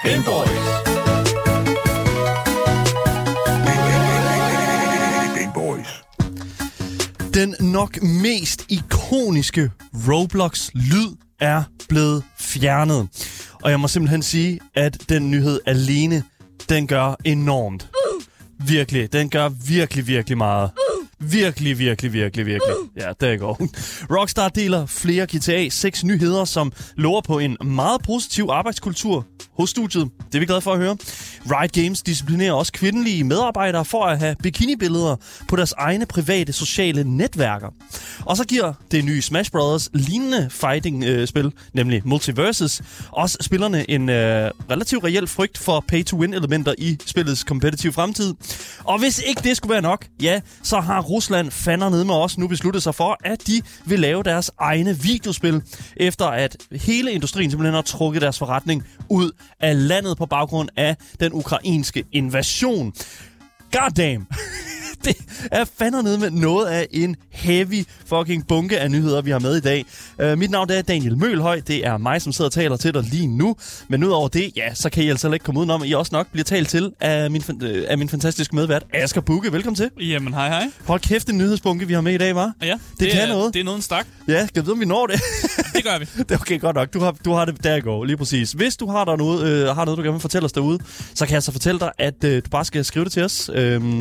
Game Boys. Game Boys. Den nok mest ikoniske Roblox-lyd er blevet fjernet. Og jeg må simpelthen sige, at den nyhed alene, den gør enormt. Virkelig. Den gør virkelig meget. Virkelig. Ja, der går. Rockstar deler flere GTA 6 nyheder, som lover på en meget positiv arbejdskultur hos studiet. Det er vi glade for at høre. Riot Games disciplinerer også kvindelige medarbejdere for at have bikinibilleder på deres egne private sociale netværker. Og så giver det nye Smash Bros. Lignende fighting-spil, nemlig Multiversus, også spillerne en relativt reel frygt for pay-to-win-elementer i spillets competitive fremtid. Og hvis ikke det skulle være nok, ja, så har Rusland fandernede med os nu besluttet sig for, at de vil lave deres egne videospil, efter at hele industrien simpelthen har trukket deres forretning ud af landet på baggrund af den ukrainske invasion. Goddamn! Det er fandernede med noget af en heavy fucking bunke af nyheder, vi har med i dag. Mit navn er Daniel Mølhøj. Det er mig, som sidder og taler til dig lige nu. Men udover det, ja, så kan I altså ikke komme udenom, at I også nok bliver talt til af min fantastiske medvært, Asger Bukke. Velkommen til. Jamen, hej. Hold kæft, en nyhedsbunke, vi har med i dag, hva'? Ja, det kan noget. Det er noget en stak. Ja, skal vi vide, om vi når det? Det gør vi. Det er okay, godt nok. Du har det der i går, lige præcis. Hvis du har noget, du gerne vil fortælle os derude, så kan jeg så fortælle dig, at du bare skal skrive det til os.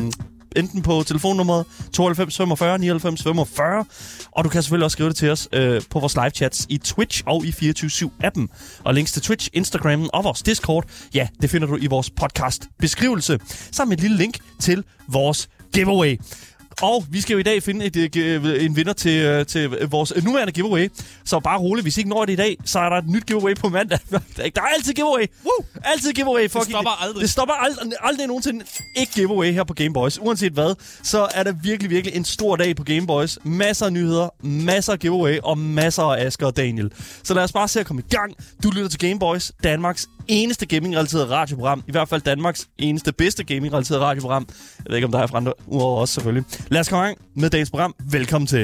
Enten på telefonnummeret 92 45 99 45, og du kan selvfølgelig også skrive det til os på vores live-chats i Twitch og i 24/7-appen. Og links til Twitch, Instagram og vores Discord, ja, det finder du i vores podcast-beskrivelse, sammen med et lille link til vores giveaway. Og vi skal jo i dag finde en vinder til vores nuværende giveaway. Så bare roligt, hvis I ikke når det i dag, så er der et nyt giveaway på mandag. Der er altid giveaway. Woo! Altid giveaway. Det stopper aldrig. Det stopper aldrig nogensinde. Ikke giveaway her på Game Boys. Uanset hvad, så er der virkelig en stor dag på Game Boys. Masser af nyheder, masser af giveaway og masser af Asger og Daniel. Så lad os bare se at komme i gang. Du lytter til Game Boys, Danmarks eneste gaming-relateret radioprogram. I hvert fald Danmarks eneste bedste gaming-relateret radioprogram. Jeg ved ikke, om der er fra andre udover os, selvfølgelig. Lad os komme i gang med dagens program. Velkommen til.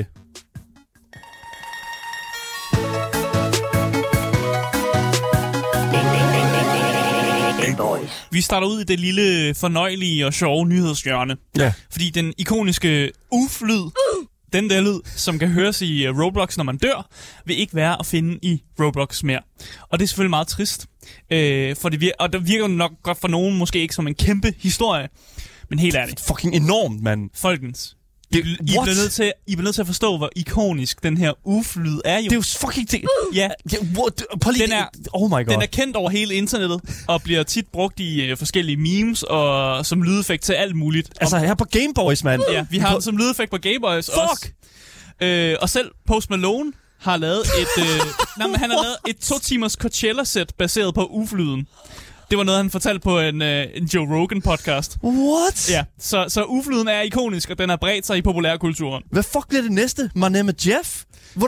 Vi starter ud i det lille fornøjelige og sjove nyhedshjørne. Ja. Fordi den ikoniske uf-lyd, den der lyd, som kan høres i Roblox, når man dør, vil ikke være at finde i Roblox mere. Og det er selvfølgelig meget trist. For det virker nok godt for nogen, måske ikke som en kæmpe historie. Men helt ærligt. Fucking enormt, mand. Folkens. I bliver nødt til at forstå, hvor ikonisk den her uf-lyd er jo. Det er jo fucking ting. Ja. Oh my god. Den er kendt over hele internettet, og bliver tit brugt i forskellige memes, og som lydeffekt til alt muligt. Altså her på Game Boys, mand. Ja, vi har den som lydeffekt på Game Boys også. Og selv Post Malone har lavet han har lavet et 2 timers Coachella-sæt baseret på uf-lyden. Det var noget, han fortalte på en Joe Rogan-podcast. What? Ja, så uf-lyden er ikonisk, og den har bredt sig i populærkulturen. Hvad fuck bliver det næste? My name is Jeff?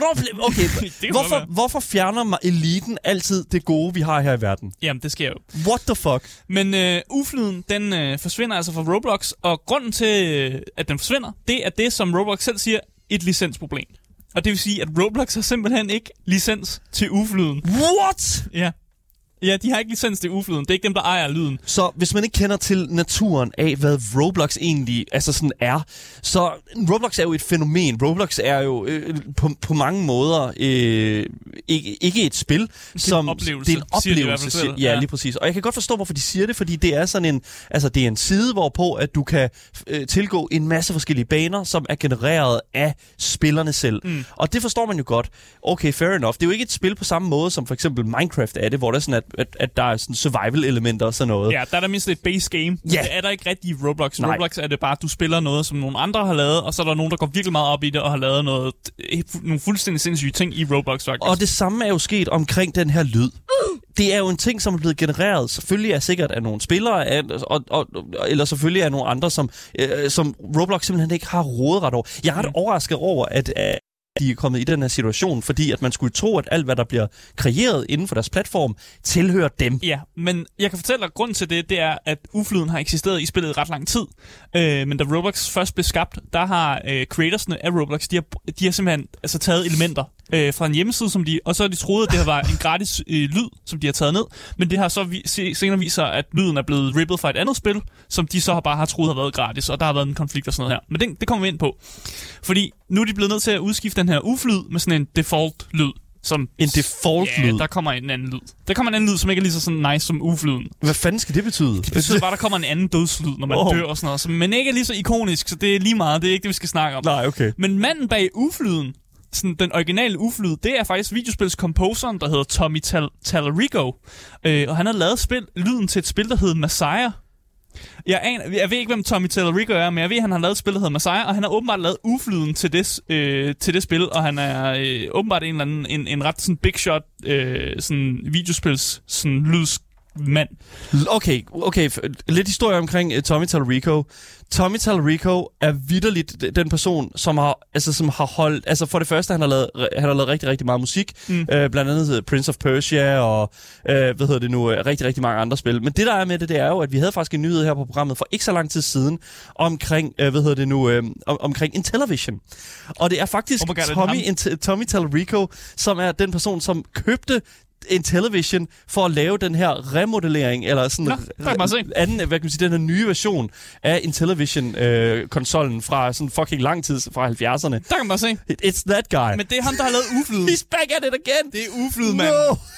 Hvorfor fjerner eliten altid det gode, vi har her i verden? Jamen, det sker jo. What the fuck? Men uf-lyden, den forsvinder altså fra Roblox, og grunden til, at den forsvinder, det er det, som Roblox selv siger, et licensproblem. Og det vil sige, at Roblox har simpelthen ikke licens til uf-lyden. What? Ja. Ja, de har ikke licens til uf-lyden. Det er ikke dem, der ejer lyden. Så hvis man ikke kender til naturen af, hvad Roblox egentlig sådan er, så Roblox er jo et fænomen. Roblox er jo på mange måder ikke et spil. Det er en oplevelse. Det er en oplevelse. Ja, lige præcis. Og jeg kan godt forstå, hvorfor de siger det, fordi det er sådan det er en side, hvorpå at du kan tilgå en masse forskellige baner, som er genereret af spillerne selv. Mm. Og det forstår man jo godt. Okay, fair enough. Det er jo ikke et spil på samme måde, som for eksempel Minecraft er det, hvor der er sådan, at der er sådan survival-elementer og sådan noget. Ja, der er der mindst et base game. Ja. Det er der ikke rigtig i Roblox. Nej. Roblox er det bare, at du spiller noget, som nogle andre har lavet, og så er der nogen, der går virkelig meget op i det og har lavet nogle fuldstændig sindssyge ting i Roblox, faktisk. Og det samme er jo sket omkring den her lyd. Det er jo en ting, som er blevet genereret. Selvfølgelig er sikkert af nogle spillere, eller selvfølgelig af nogle andre, som Roblox simpelthen ikke har råderet over. Jeg er ret overrasket over, de er kommet i den her situation, fordi at man skulle tro, at alt, hvad der bliver kreeret inden for deres platform, tilhører dem. Ja, men jeg kan fortælle dig, at grunden til det er, at uflyden har eksisteret i spillet i ret lang tid. Men da Roblox først blev skabt, der har creatorsne af Roblox, de har simpelthen taget elementer fra en hjemmeside, og så har de troet, at det var en gratis lyd, som de har taget ned. Men det har så senere vist sig, at lyden er blevet rippet fra et andet spil, som de så bare har troet har været gratis, og der har været en konflikt og sådan noget her. Men det kommer vi ind på. Fordi nu er de blevet nødt til at udskifte den her uflyd med sådan en default-lyd. En default-lyd? Ja, der kommer en anden lyd. Der kommer en anden lyd, som ikke er lige så sådan nice som uflyden. Hvad fanden skal det betyde? Det betyder bare, at der kommer en anden dødslyd, når man dør og sådan noget. Men ikke er lige så ikonisk, så det er lige meget. Det er ikke det, vi skal snakke om. Nej, okay. Men manden bag uflyden, sådan den originale uflyd, det er faktisk videospilskomposeren, der hedder Tommy Tallarico. Og han har lavet lyden til et spil, der hedder Messiah. Jeg ved ikke, hvem Tommy Tallarico er, men jeg ved, at han har lavet et spil, der hedder Messiah, og han har åbenbart lavet uflyden til det spil, og han er åbenbart en eller anden en ret sådan big shot sådan videospils sådan lydsmand. Okay. Lidt historie omkring Tommy Tallarico. Tommy Tallarico er vitterligt den person, som har holdt... Altså for det første, han har lavet rigtig, rigtig meget musik. Blandt andet Prince of Persia og rigtig, rigtig mange andre spil. Men det, der er med det er jo, at vi havde faktisk en nyhed her på programmet for ikke så lang tid siden omkring, omkring Intellivision. Og det er faktisk Tommy Tallarico, som er den person, som købte Intellivision for at lave den her remodellering eller sådan den her nye version af Intellivision-konsollen fra sådan fucking lang tid fra 70'erne. Der kan man bare se. It's that guy. Men det er ham, der har lavet uflyden. He's back at it again. Det er uflyden, mand.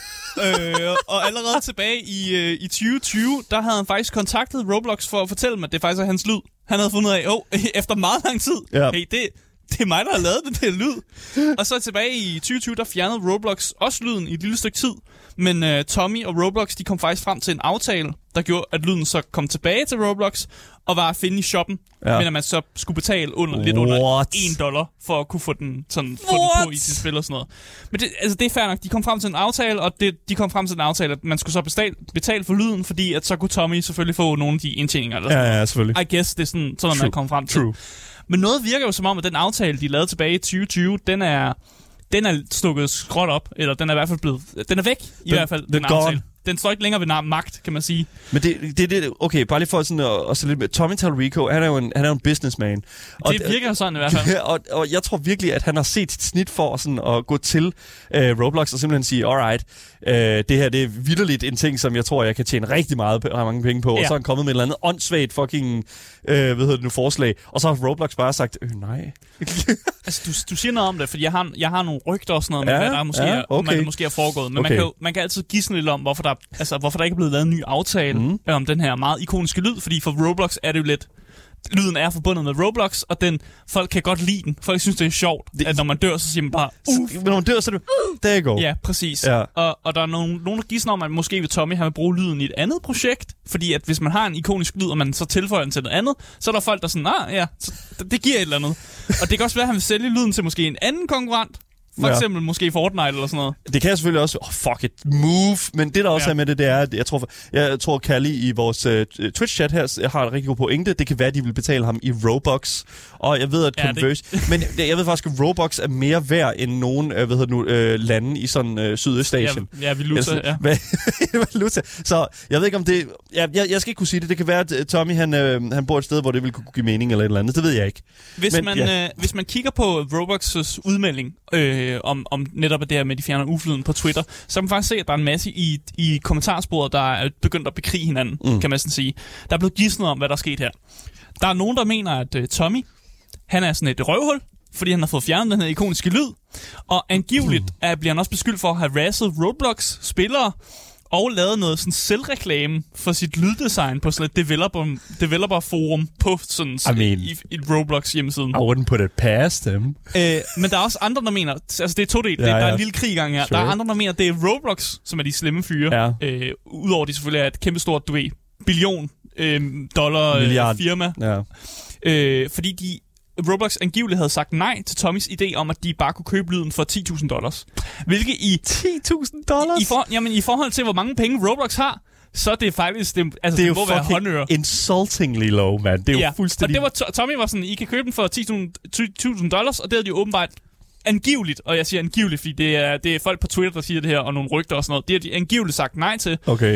No. Og allerede tilbage i 2020, der havde han faktisk kontaktet Roblox for at fortælle mig, at det faktisk er hans lyd. Han havde fundet af, efter meget lang tid, hey, det er mig, der har lavet den der lyd. Og så tilbage i 2020, der fjernede Roblox også lyden i et lille stykke tid. Men Tommy og Roblox, de kom faktisk frem til en aftale, der gjorde, at lyden så kom tilbage til Roblox og var at finde i shoppen. Ja. Men at man så skulle betale lidt under $1 for at kunne få den på i sit spil og sådan noget. Men det er fair nok. De kom frem til en aftale, og de kom frem til en aftale, at man skulle så betale for lyden, fordi at så kunne Tommy selvfølgelig få nogle af de indtjeninger. Eller sådan ja, selvfølgelig. I guess, det er sådan man kom frem til. True. Men noget virker jo som om, at den aftale, de lavede tilbage i 2020, den er stukket skråt op, eller den er i hvert fald den er væk, i hvert fald, den aftale. Den står ikke længere ved magt, kan man sige. Men det okay, bare lige for sådan at lidt med. Tommy Tallarico, han er jo en businessman. Og det virker sådan i hvert fald. og jeg tror virkelig, at han har set et snit for sådan at gå til Roblox og simpelthen sige, alright, det her det er vitterligt en ting, som jeg tror, jeg kan tjene rigtig mange penge på. Ja. Og så er han kommet med et eller andet åndssvagt fucking forslag. Og så har Roblox bare sagt, nej. Altså, du siger noget om det, fordi jeg har nogle rygter og sådan noget, med, hvad der måske er foregået. Men man kan altid gisne lidt om, hvorfor der ikke er blevet lavet en ny aftale om den her meget ikoniske lyd. Fordi for Roblox er det jo lidt... Lyden er forbundet med Roblox, og folk kan godt lide den. Folk synes, det er sjovt, at når man dør, så siger man bare... Når man dør, så er det... There you go. Ja, præcis. Ja. Og der er nogen, der gisner om, at måske vil Tommy have bruge lyden i et andet projekt. Fordi at hvis man har en ikonisk lyd, og man så tilføjer den til noget andet, så er der folk, der sådan, det giver et eller andet. Og det kan også være, at han vil sælge lyden til måske en anden konkurrent. For eksempel måske Fortnite eller sådan noget. Det kan jeg selvfølgelig også... fuck it, move. Men det, der også er med det er, at jeg tror Callie i vores Twitch-chat her har et rigtig god pointe. Det kan være, at de vil betale ham i Robux. Og jeg ved, at men jeg ved faktisk, at Robux er mere værd end nogen lande i sådan Sydøstasien. Ja, valuta, valuta. Så jeg ved ikke, om det... Jeg skal ikke kunne sige det. Det kan være, at Tommy han bor et sted, hvor det vil kunne give mening eller et eller andet. Det ved jeg ikke. Hvis man kigger på Roblox's udmelding... om netop det her med de fjerner uflyden på Twitter, så kan man faktisk se, at der er en masse i kommentarsporet, der er begyndt at bekrige hinanden, kan man sådan sige. Der er blevet gisnet om, hvad der er sket her. Der er nogen, der mener, at Tommy, han er sådan et røvhul, fordi han har fået fjernet den her ikoniske lyd, og angiveligt bliver han også beskyldt for at have harasset Roblox-spillere, og lavet noget sådan selvreklame for sit lyddesign på sådan et developer-forum på sådan i Roblox hjemmesiden. I wouldn't put it past them. Men der er også andre, der mener... Altså, det er todelt. Der er en lille krig i gang her. Sure. Der er andre, der mener, at det er Roblox, som er de slemme fyre. Ja. Udover de selvfølgelig er et kæmpestort, billion dollar firma. Ja. Fordi Roblox angiveligt havde sagt nej til Tommys idé om, at de bare kunne købe lyden for $10,000. Hvilket i... $10,000? I forhold til, hvor mange penge Roblox har, så er det faktisk... Det er jo fucking insultingly low, man. Det er jo fuldstændig... Og Tommy var sådan, I kan købe den for $10,000, og det havde de åbenbart angiveligt, og jeg siger angiveligt, fordi det er folk på Twitter, der siger det her, og nogle rygter og sådan noget, det har de angiveligt sagt nej til. Okay.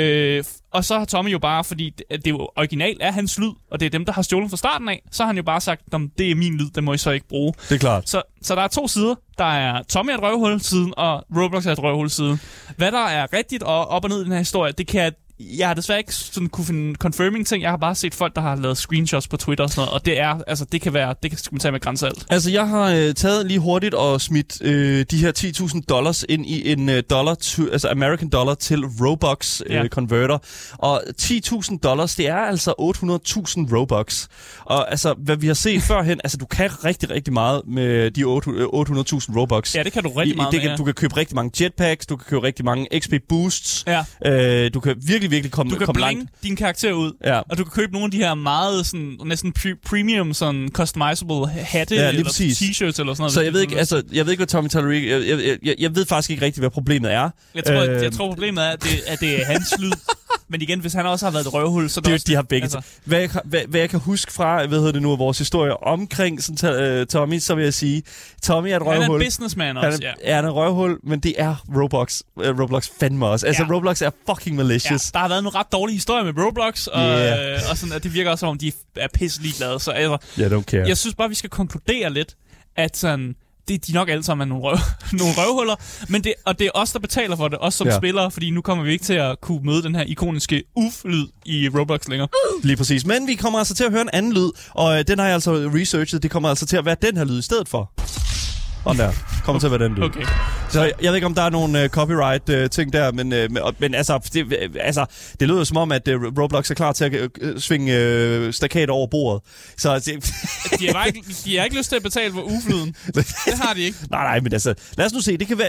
Og så har Tommy jo bare, fordi det jo originalt er hans lyd, og det er dem, der har stjålet fra starten af, så har han jo bare sagt, det er min lyd, det må I så ikke bruge. Det er klart. Så der er 2 sider. Der er Tommy er et røvhul-siden, og Roblox er et røvhul-siden. Hvad der er rigtigt og op og ned i den her historie, det kan jeg har desværre ikke sådan kunne finde confirming ting. Jeg har bare set folk, der har lavet screenshots på Twitter og sådan noget, og det er, altså det kan man tage med grænsalt. Altså jeg har taget lige hurtigt og smidt de her $10,000 ind i en altså American dollar til Robux converter. Og $10,000, det er altså 800.000 Robux. Og altså hvad vi har set førhen, altså du kan rigtig, rigtig meget med de 800.000 Robux. Ja, det kan du rigtig meget med. Du kan købe rigtig mange jetpacks, du kan købe rigtig mange XP boosts. Ja. Du kan virkelig komme langt. Du kan blinge din karakter ud, og du kan købe nogle af de her meget sådan, næsten premium sådan customizable hatte eller t-shirts eller sådan noget. Så jeg ved ikke, hvad Tommy Tallarico... Jeg ved faktisk ikke rigtigt, hvad problemet er. Jeg tror problemet er, at det er hans lyd. Men igen, hvis han også har været et røvhul, så... De har begge. Altså. Hvad jeg kan huske fra, vores historie omkring sådan, Tommy, så vil jeg sige, Tommy er et røvhul. Han er en businessman også, Han er et røvhul, men det er Roblox fandme også. Altså, Roblox er fucking malicious. Ja, der har været nogle ret dårlige historier med Roblox, og sådan, at det virker også, som om de er pisse ligeglade. Så altså, don't care. Jeg synes bare, vi skal konkludere lidt, at sådan... De nok alle sammen er nogle røvhuller, men det er os, der betaler for det, os som spillere, fordi nu kommer vi ikke til at kunne møde den her ikoniske lyd i Roblox længere. Lige præcis, men vi kommer altså til at høre en anden lyd, og den har jeg altså researchet, det kommer altså til at være den her lyd i stedet for. Og der kommer til at være den lyd. Okay. Så jeg ved ikke, om der er nogle copyright-ting der, men altså, det lyder som om, at Roblox er klar til at svinge stakkat over bordet. Så de har ikke lyst til at betale for uflyden. Det har de ikke. Nej, men altså, lad os nu se. Det kan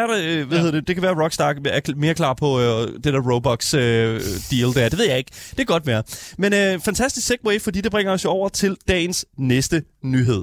være Rockstar er mere klar på det der Roblox deal der. Det ved jeg ikke. Det kan godt være. Men fantastisk segue, fordi det bringer os jo over til dagens næste nyhed.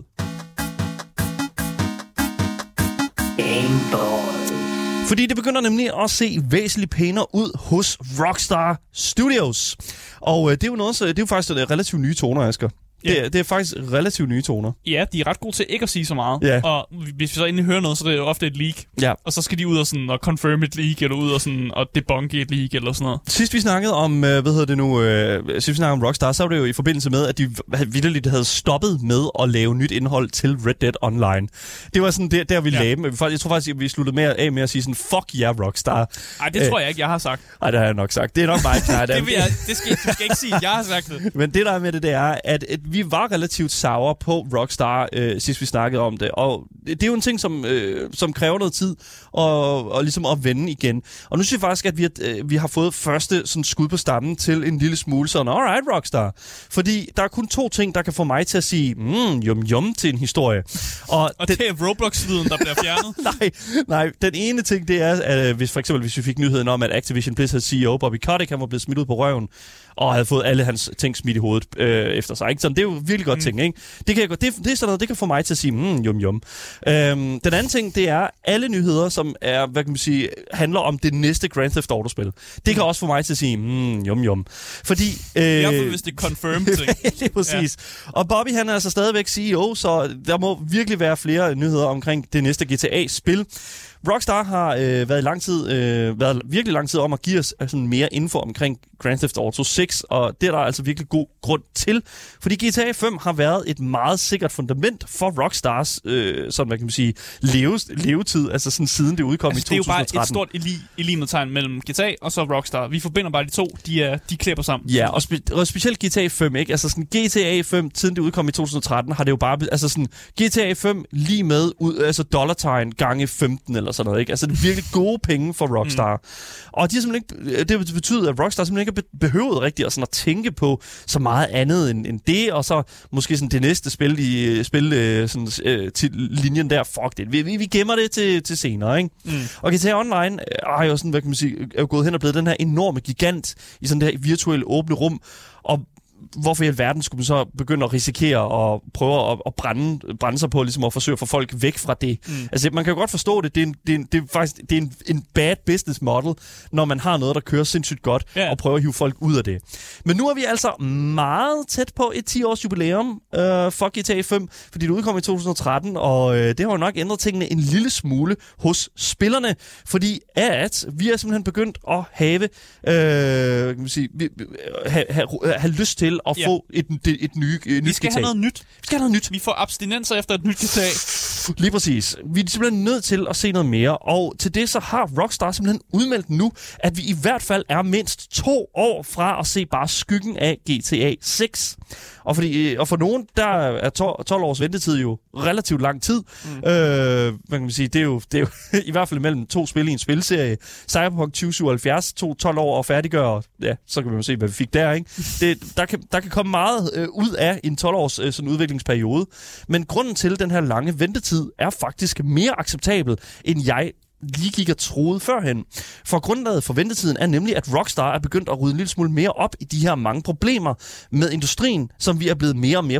Fordi det begynder nemlig at se væsentligt pænere ud hos Rockstar Studios. Og det er jo noget, det er jo faktisk relativt nye toner, Asger. Det er faktisk relativt nye toner. Ja, de er ret gode til ikke at sige så meget. Ja. Og hvis vi så endelig hører noget, så er det jo ofte et leak. Ja. Og så skal de ud og, sådan, og confirm et leak, eller ud og, sådan, og debunke et leak, eller sådan noget. Sidst vi snakkede om, sidst vi snakkede om Rockstar, så var det jo i forbindelse med, at de vitterligt havde stoppet med at lave nyt indhold til Red Dead Online. Det var sådan der vi lagde dem. Jeg tror faktisk, at vi sluttede af med at sige sådan, fuck yeah, Rockstar. Nej, det tror jeg ikke, jeg har sagt. Nej, det har jeg nok sagt. Det er nok mig, klar. Du skal ikke sige, at jeg har sagt det. Men det der er med det er, at vi var relativt sour på Rockstar, sidst vi snakkede om det. Og det er jo en ting, som kræver noget tid og ligesom at vende igen. Og nu synes jeg faktisk, at vi har fået første sådan skud på stammen til en lille smule sådan, alright Rockstar. Fordi der er kun 2 ting, der kan få mig til at sige, yum til en historie. Og det er Roblox-lyden, der bliver fjernet? Nej. Den ene ting, det er, at hvis vi fik nyheden om, at Activision Blizzard CEO Bobby Kotick, han var blevet smidt ud på røven, og havde fået alle hans ting smidt i hovedet efter sig. Ikke? Så det er jo virkelig godt ting, ikke? Det er sådan noget, det kan få mig til at sige, yum. Den anden ting, det er alle nyheder, som er, hvad kan man sige, handler om det næste Grand Theft Auto-spil. Det kan også få mig til at sige, yum. Fordi... I hvert fald, hvis det er confirmed ting. Det er præcis. Ja. Og Bobby, han er altså stadigvæk CEO, så der må virkelig være flere nyheder omkring det næste GTA-spil. Rockstar har været virkelig lang tid om at give os sådan mere info omkring Grand Theft Auto 6, og det er der altså virkelig god grund til, fordi GTA 5 har været et meget sikkert fundament for Rockstars sådan, hvad kan man sige, levetid, altså sådan siden det udkom i 2013. Det er jo bare et stort lignetegn mellem GTA og så Rockstar. Vi forbinder bare de to, de klæber sammen. Ja, og specielt GTA 5, ikke? Altså sådan GTA 5, siden det udkom i 2013, har det jo bare, altså sådan GTA 5 lige med altså dollartegn gange 15 eller sådan noget, ikke? Altså det er virkelig gode penge for Rockstar. Og de har simpelthen ikke, det betyder, at Rockstar simpelthen ikke har behøvet rigtigt at, sådan at tænke på så meget andet end det, og så måske sådan det næste spil til linjen der, fuck det. Vi gemmer det til senere, ikke? Og GTA Online har jo sådan, hvad kan man sige, er jo gået hen og blevet den her enorme gigant i sådan det her virtuelle åbne rum, og hvorfor i alverden skulle man så begynde at risikere at prøve at brænde sig på, ligesom at forsøge at få folk væk fra det. Altså, man kan jo godt forstå det. Det er faktisk en bad business model, når man har noget, der kører sindssygt godt, og prøver at hive folk ud af det. Men nu er vi altså meget tæt på et 10-års jubilæum for GTA 5, fordi det udkom i 2013, og det har jo nok ændret tingene en lille smule hos spillerne, fordi at vi er simpelthen begyndt at have lyst til at få et nyt GTA. Vi skal have noget nyt. Vi skal have noget nyt. Vi får abstinenser efter et nyt GTA. Lige præcis. Vi er simpelthen nødt til at se noget mere, og til det så har Rockstar simpelthen udmeldt nu, at vi i hvert fald er mindst 2 år fra at se bare skyggen af GTA 6. Og for nogen, der er 12 års ventetid jo relativt lang tid. Man kan sige, det er jo i hvert fald mellem 2 spil i en spilserie. Cyberpunk 2077 tog 12 år at færdiggøre. Ja, så kan vi jo se, hvad vi fik der, ikke? Der kan komme meget ud af en 12-års sådan udviklingsperiode. Men grunden til den her lange ventetid er faktisk mere acceptabel, end jeg lige gik og troede førhen. For grundlaget for ventetiden er nemlig, at Rockstar er begyndt at rydde en lille smule mere op i de her mange problemer med industrien, som vi er blevet mere og mere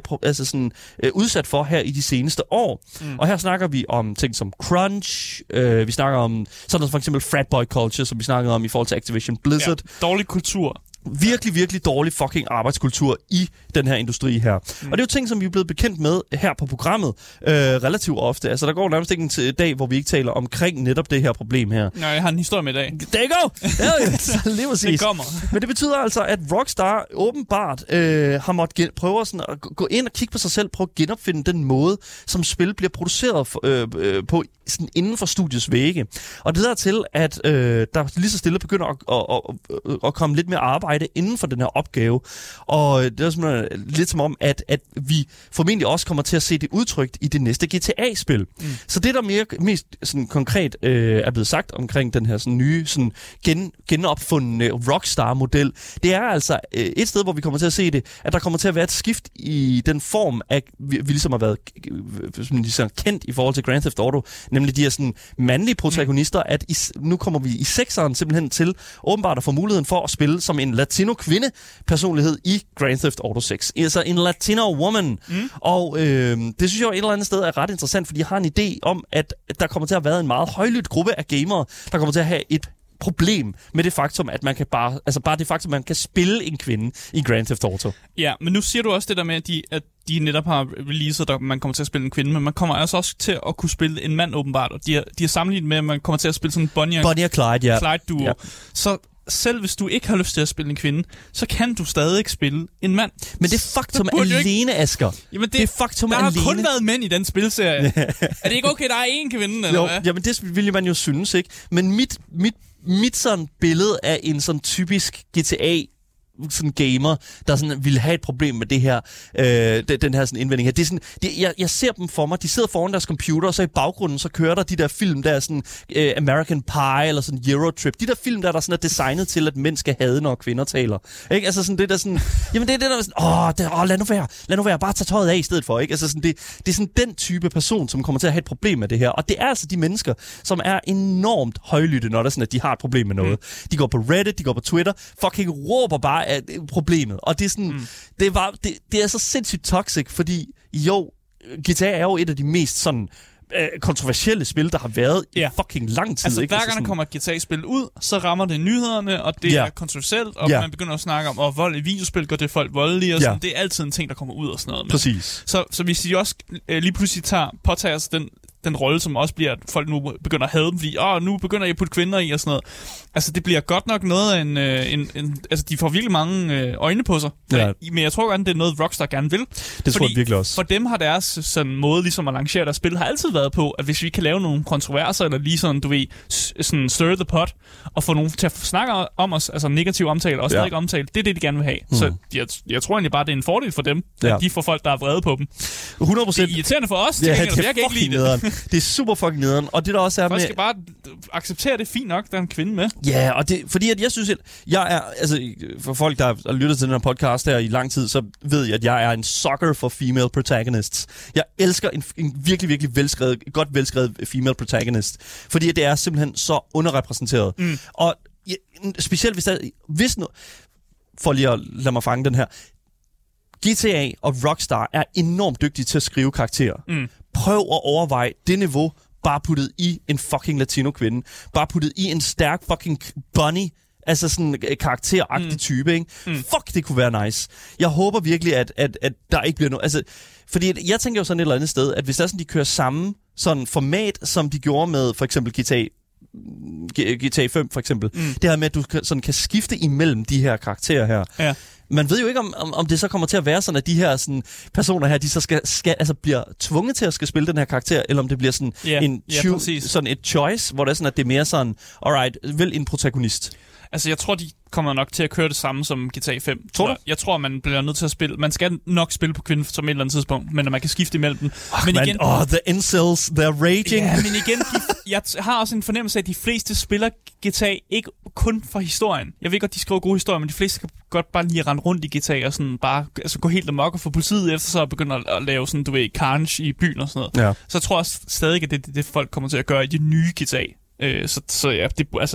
udsat for her i de seneste år. Og her snakker vi om ting som crunch, vi snakker om sådan noget for eksempel fratboy culture, som vi snakkede om i forhold til Activision Blizzard. Ja, dårlig kultur. Virkelig, virkelig dårlig fucking arbejdskultur i den her industri her. Og det er jo ting, som vi er blevet bekendt med her på programmet relativt ofte. Altså, der går nærmest ikke en dag, hvor vi ikke taler omkring netop det her problem her. Nej, jeg har en historie med i dag. There you go! Lige præcis. Det kommer. Men det betyder altså, at Rockstar åbenbart har måttet prøve sådan at gå ind og kigge på sig selv, prøve at genopfinde den måde, som spil bliver produceret på sådan inden for studiets vægge. Og det der til, at der lige så stille begynder at komme lidt mere arbejde inden for den her opgave. Og det er simpelthen lidt som om, at vi formentlig også kommer til at se det udtrykt i det næste GTA-spil. Så det, der mest sådan konkret er blevet sagt omkring den her sådan nye sådan genopfundne Rockstar-model, det er altså et sted, hvor vi kommer til at se det, at der kommer til at være et skift i den form, at vi ligesom har været ligesom kendt i forhold til Grand Theft Auto, nemlig de her sådan mandlige protagonister, at nu kommer vi i 6'eren simpelthen til åbenbart at få muligheden for at spille som en latino-kvinde-personlighed i Grand Theft Auto 6. Altså en latino-woman. Og det synes jeg jo et eller andet sted er ret interessant, fordi jeg har en idé om, at der kommer til at være en meget højlydt gruppe af gamere, der kommer til at have et problem med det faktum, at man kan bare det faktum, at man kan spille en kvinde i Grand Theft Auto. Ja, men nu siger du også det der med, at de netop har releaset, at man kommer til at spille en kvinde, men man kommer altså også til at kunne spille en mand åbenbart, og de har sammenlignet med, at man kommer til at spille sådan en Bonnie og Clyde, ja. Clyde-duo. Ja. Så selv hvis du ikke har lyst til at spille en kvinde, så kan du stadig ikke spille en mand. Men det faktum alene, Asger. Jamen det faktum der alene. Har kun været mænd i den spilserie. Er det ikke okay, der er én kvinde, eller hvad? Jamen det ville man jo synes, ikke? Men mit sådan billede af en sådan typisk GTA sådan gamer, der sådan ville have et problem med det her, den her sådan indvending her. Det er sådan, jeg ser dem for mig, de sidder foran deres computer, og så i baggrunden, så kører der de der film, der er sådan American Pie, eller sådan Eurotrip. De der film, der sådan er designet til, at mænd skal hade, når kvinder taler. Ikke? Altså sådan det der sådan, jamen det er det der sådan, lad nu være, bare tage tøjet af i stedet for, ikke? Altså sådan, det er sådan den type person, som kommer til at have et problem med det her. Og det er altså de mennesker, som er enormt højlytte, når der sådan, at de har et problem med noget. De går på Reddit, de går på Twitter, fucking råber bare af problemet. Og det er sådan, det er så sindssygt toxic, fordi jo, GTA er jo et af de mest sådan kontroversielle spil, der har været i fucking lang tid. Altså ikke? Hver gang der kommer et GTA-spil ud, så rammer det nyhederne, og det er kontroversielt, og man begynder at snakke om, vold i videospil gør det folk voldelige, og sådan. Det er altid en ting, der kommer ud og sådan noget. Præcis. Så hvis de også lige pludselig påtager sig den rolle, som også bliver, at folk nu begynder at hade dem, fordi nu begynder jeg at putte kvinder i og sådan noget. Altså, det bliver godt nok noget af altså, de får virkelig mange øjne på sig. Ja. Men jeg tror godt, det er noget, Rockstar gerne vil. Det tror jeg virkelig også. For dem har deres sådan måde ligesom at lancere deres spil, har altid været på, at hvis vi kan lave nogle kontroverser, eller lige sådan, du ved, sådan stir the pot, og få nogen til at snakke om os, altså negativ omtale, og stadig omtale, det er det, de gerne vil have. Så jeg tror egentlig bare, det er en fordel for dem, at de får folk, der er vrede på dem. 100%. Det er irriterende for os, jeg kan ikke lide det. Det er super fucking nederen. Og det der også er folk skal bare acceptere det fint nok, der er en kvinde med. Ja, og det, fordi at jeg synes, at jeg er, altså for folk, der har lyttet til den her podcast her i lang tid, så ved jeg, at jeg er en sucker for female protagonists. Jeg elsker en virkelig, virkelig godt velskrevet female protagonist. Fordi det er simpelthen så underrepræsenteret. Og specielt hvis nu, for lige at lade mig fange den her, GTA og Rockstar er enormt dygtige til at skrive karakterer. Prøv at overveje det niveau, bare puttet i en fucking latino-kvinde. Bare puttet i en stærk fucking bunny. Altså sådan en karakteragtig type, ikke? Fuck, det kunne være nice. Jeg håber virkelig, at der ikke bliver noget... Altså, fordi jeg tænker jo sådan et eller andet sted, at hvis der er sådan, de kører samme sådan format, som de gjorde med for eksempel GTA 5 for eksempel. Det her med, at du sådan kan skifte imellem de her karakterer her. Ja. Man ved jo ikke, om det så kommer til at være sådan, at de her sådan, personer her, de så skal altså bliver tvunget til at skal spille den her karakter, eller om det bliver sådan sådan et choice, hvor det er sådan, at det er mere sådan, alright, vælg en protagonist. Altså, jeg tror, de kommer nok til at køre det samme som GTA 5. Tror du? Jeg tror, man bliver nødt til at spille... Man skal nok spille på kvinden som et eller andet tidspunkt, men man kan skifte imellem dem. Men igen... the incels, they're raging. Ja, men igen, jeg har også en fornemmelse af, at de fleste spiller GTA ikke kun for historien. Jeg ved godt, de skriver gode historier, men de fleste kan godt bare lige rende rundt i GTA og sådan bare altså gå helt amok og få politiet efter sig og begynde at lave sådan, du ved, carnage i byen og sådan noget. Ja. Så jeg tror også stadig, at det folk kommer til at gøre i de nye GTA. Så ja,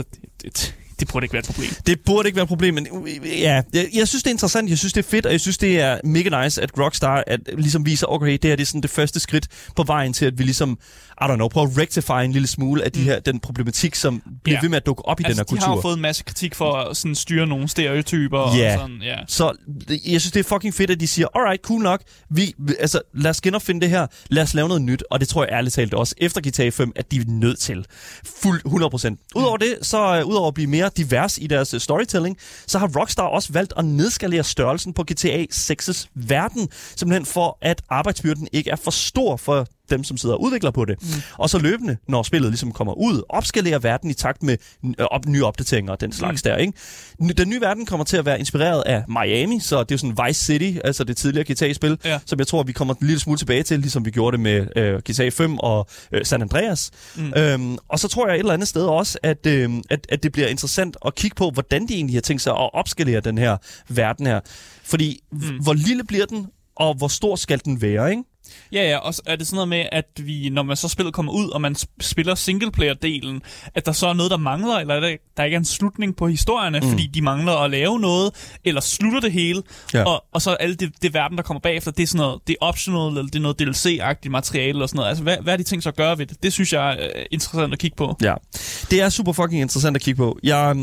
det burde ikke være et problem. Det burde ikke være et problem, men ja, jeg synes, det er interessant, jeg synes, det er fedt, og jeg synes, det er mega nice, at Rockstar ligesom viser, okay, det her det er sådan det første skridt på vejen til, at vi ligesom, I don't know, prøver at rectify en lille smule af den problematik, som bliver ved med at dukke op i den her kultur. De har fået en masse kritik for at sådan styre nogle stereotyper og sådan, Så jeg synes, det er fucking fedt, at de siger, alright, cool nok, altså lad os genopfinde det her, lad os lave noget nyt, og det tror jeg ærligt talt også, efter GTA 5, at de er nødt til. Fuld 100%. Udover det, så udover at blive mere divers i deres storytelling, så har Rockstar også valgt at nedskalere størrelsen på GTA 6's verden, simpelthen for, at arbejdsbyrden ikke er for stor for dem, som sidder og udvikler på det. Og så løbende, når spillet ligesom kommer ud, opskalerer verden i takt med nye opdateringer og den slags der, ikke? Den nye verden kommer til at være inspireret af Miami, så det er jo sådan Vice City, altså det tidligere GTA-spil, som jeg tror, vi kommer en lille smule tilbage til, ligesom vi gjorde det med GTA 5 og San Andreas. Og så tror jeg et eller andet sted også, at det bliver interessant at kigge på, hvordan de egentlig har tænkt sig at opskalere den her verden her. Fordi, hvor lille bliver den, og hvor stor skal den være, ikke? Ja, og er det sådan noget med, at vi, når man så spillet kommer ud, og man spiller singleplayer-delen, at der så er noget, der mangler, eller der ikke er en slutning på historierne, fordi de mangler at lave noget, eller slutter det hele, og så alle det verden, der kommer bagefter, det er sådan noget, det er optional, eller det er noget DLC-agtigt materiale, og sådan noget. Altså, hvad er de ting så at gøre ved det? Det synes jeg er interessant at kigge på. Ja, det er super fucking interessant at kigge på. Jeg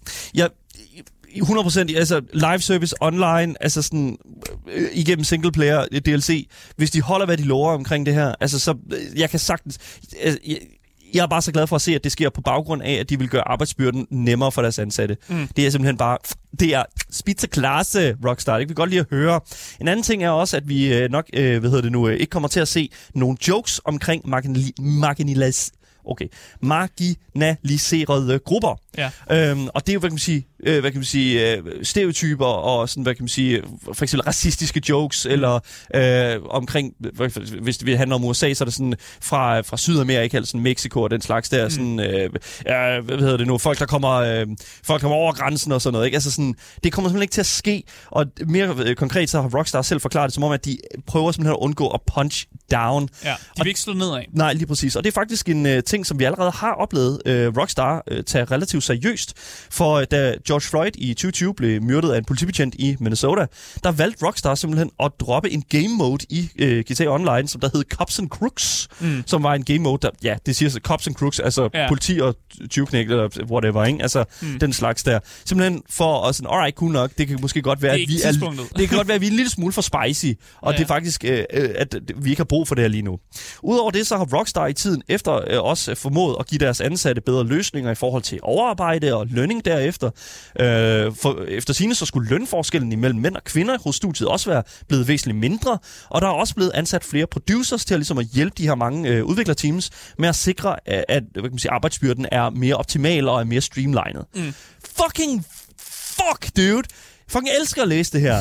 100%, altså live service online, altså sådan igennem singleplayer DLC, hvis de holder, hvad de lover omkring det her, altså så, jeg kan sagtens, jeg er bare så glad for at se, at det sker på baggrund af, at de vil gøre arbejdsbyrden nemmere for deres ansatte. Det er simpelthen bare, det er spitzeklasse Rockstar, det kan vi godt lide at høre. En anden ting er også, at vi nok, ikke kommer til at se nogle jokes omkring marginaliserede grupper. Ja. Og det er jo, hvad kan man sige, stereotyper og sådan, hvad kan man sige, for eksempel racistiske jokes, eller omkring, hvis det handler om USA, så er det sådan fra Sydamerika, eller sådan Mexico og den slags der, sådan, folk der kommer over grænsen og sådan noget, ikke? Altså sådan, det kommer simpelthen ikke til at ske, og mere konkret så har Rockstar selv forklaret det som om, at de prøver simpelthen at undgå at punch down. Ja, de vil ikke slå ned af. Nej, lige præcis. Og det er faktisk en ting, som vi allerede har oplevet Rockstar tage relativt seriøst. For da George Floyd i 2020 blev myrdet af en politibetjent i Minnesota, der valgte Rockstar simpelthen at droppe en game mode i GTA Online, som der hed Cops and Crooks, som var en game mode, der, ja, det siger sig Cops and Crooks, altså politi og tyveknæk, eller whatever, ikke? Altså den slags der. Simpelthen for at sådan, alright, cool nok, det kan måske godt være, det kan godt være, at vi er en lille smule for spicy, og det er faktisk, at vi ikke har brug for det her lige nu. Udover det, så har Rockstar i tiden efter også formået at give deres ansatte bedre løsninger i forhold til overarbejde og lønning derefter. For efter sigende så skulle lønforskellen imellem mænd og kvinder hos studiet også være blevet væsentligt mindre, og der er også blevet ansat flere producers til at, ligesom at hjælpe de her mange udviklerteams med at sikre, at hvad kan man sige, arbejdsbyrden er mere optimal og er mere streamlinet. Fuck, dude! Fucking elsker at læse det her.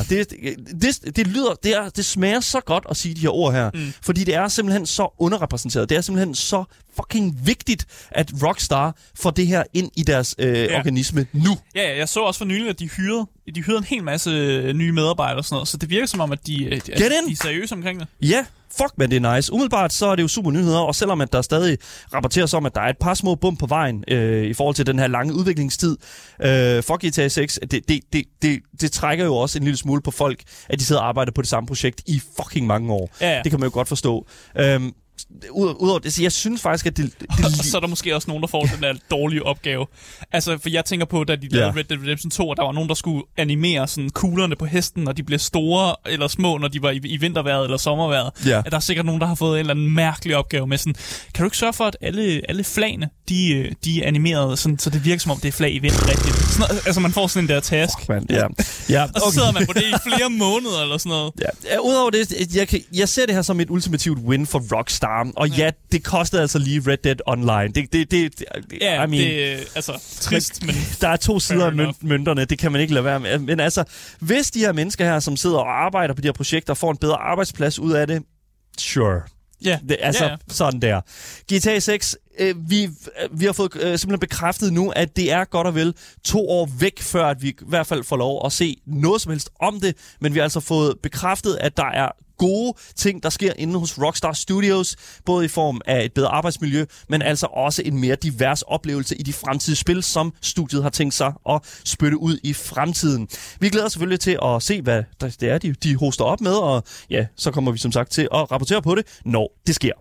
Det smager så godt at sige de her ord her, fordi det er simpelthen så underrepræsenteret. Det er simpelthen så fucking vigtigt, at Rockstar får det her ind i deres organisme nu. Ja, jeg så også for nylig, at de hyrede en hel masse nye medarbejdere og sådan noget, så det virker som om, at de er seriøse omkring det. Ja, Fuck, men det er nice. Umiddelbart så er det jo super nyheder, og selvom at der stadig rapporteres om, at der er et par små bump på vejen i forhold til den her lange udviklingstid for GTA 6, det trækker jo også en lille smule på folk, at de sidder og arbejder på det samme projekt i fucking mange år. Ja. Det kan man jo godt forstå. Udover det, så jeg synes faktisk, at det og så er der måske også nogen, der får den der dårlige opgave. Altså, for jeg tænker på, da de lavede Red Dead Redemption 2, og der var nogen, der skulle animere sådan kuglerne på hesten, når de blev store eller små, når de var i vintervejret eller sommervejret. Ja. At der er sikkert nogen, der har fået en eller anden mærkelig opgave med sådan, kan du ikke sørge for, at alle flagene, de er animeret, sådan, så det virker som om, det er flag i vind rigtigt. Sådan, altså, man får sådan en der task. Fuck, man. Ja. Ja. Og så sidder man på det i flere måneder eller sådan noget. Ja. Udover det, jeg ser det her som et ultimativt win for Rockstar. Og ja, det kostede altså lige Red Dead Online. Det er altså trist, men... Der er to sider af mønterne, det kan man ikke lade være med. Men altså, hvis de her mennesker her, som sidder og arbejder på de her projekter, får en bedre arbejdsplads ud af det, sure. Ja. Sådan der. GTA 6, vi har fået simpelthen bekræftet nu, at det er godt og vel 2 år væk, før at vi i hvert fald får lov at se noget som helst om det. Men vi har altså fået bekræftet, at der er gode ting, der sker inde hos Rockstar Studios, både i form af et bedre arbejdsmiljø, men altså også en mere divers oplevelse i de fremtidige spil, som studiet har tænkt sig at spytte ud i fremtiden. Vi glæder os selvfølgelig til at se, hvad det er, de hoster op med, og ja, så kommer vi som sagt til at rapportere på det, når det sker.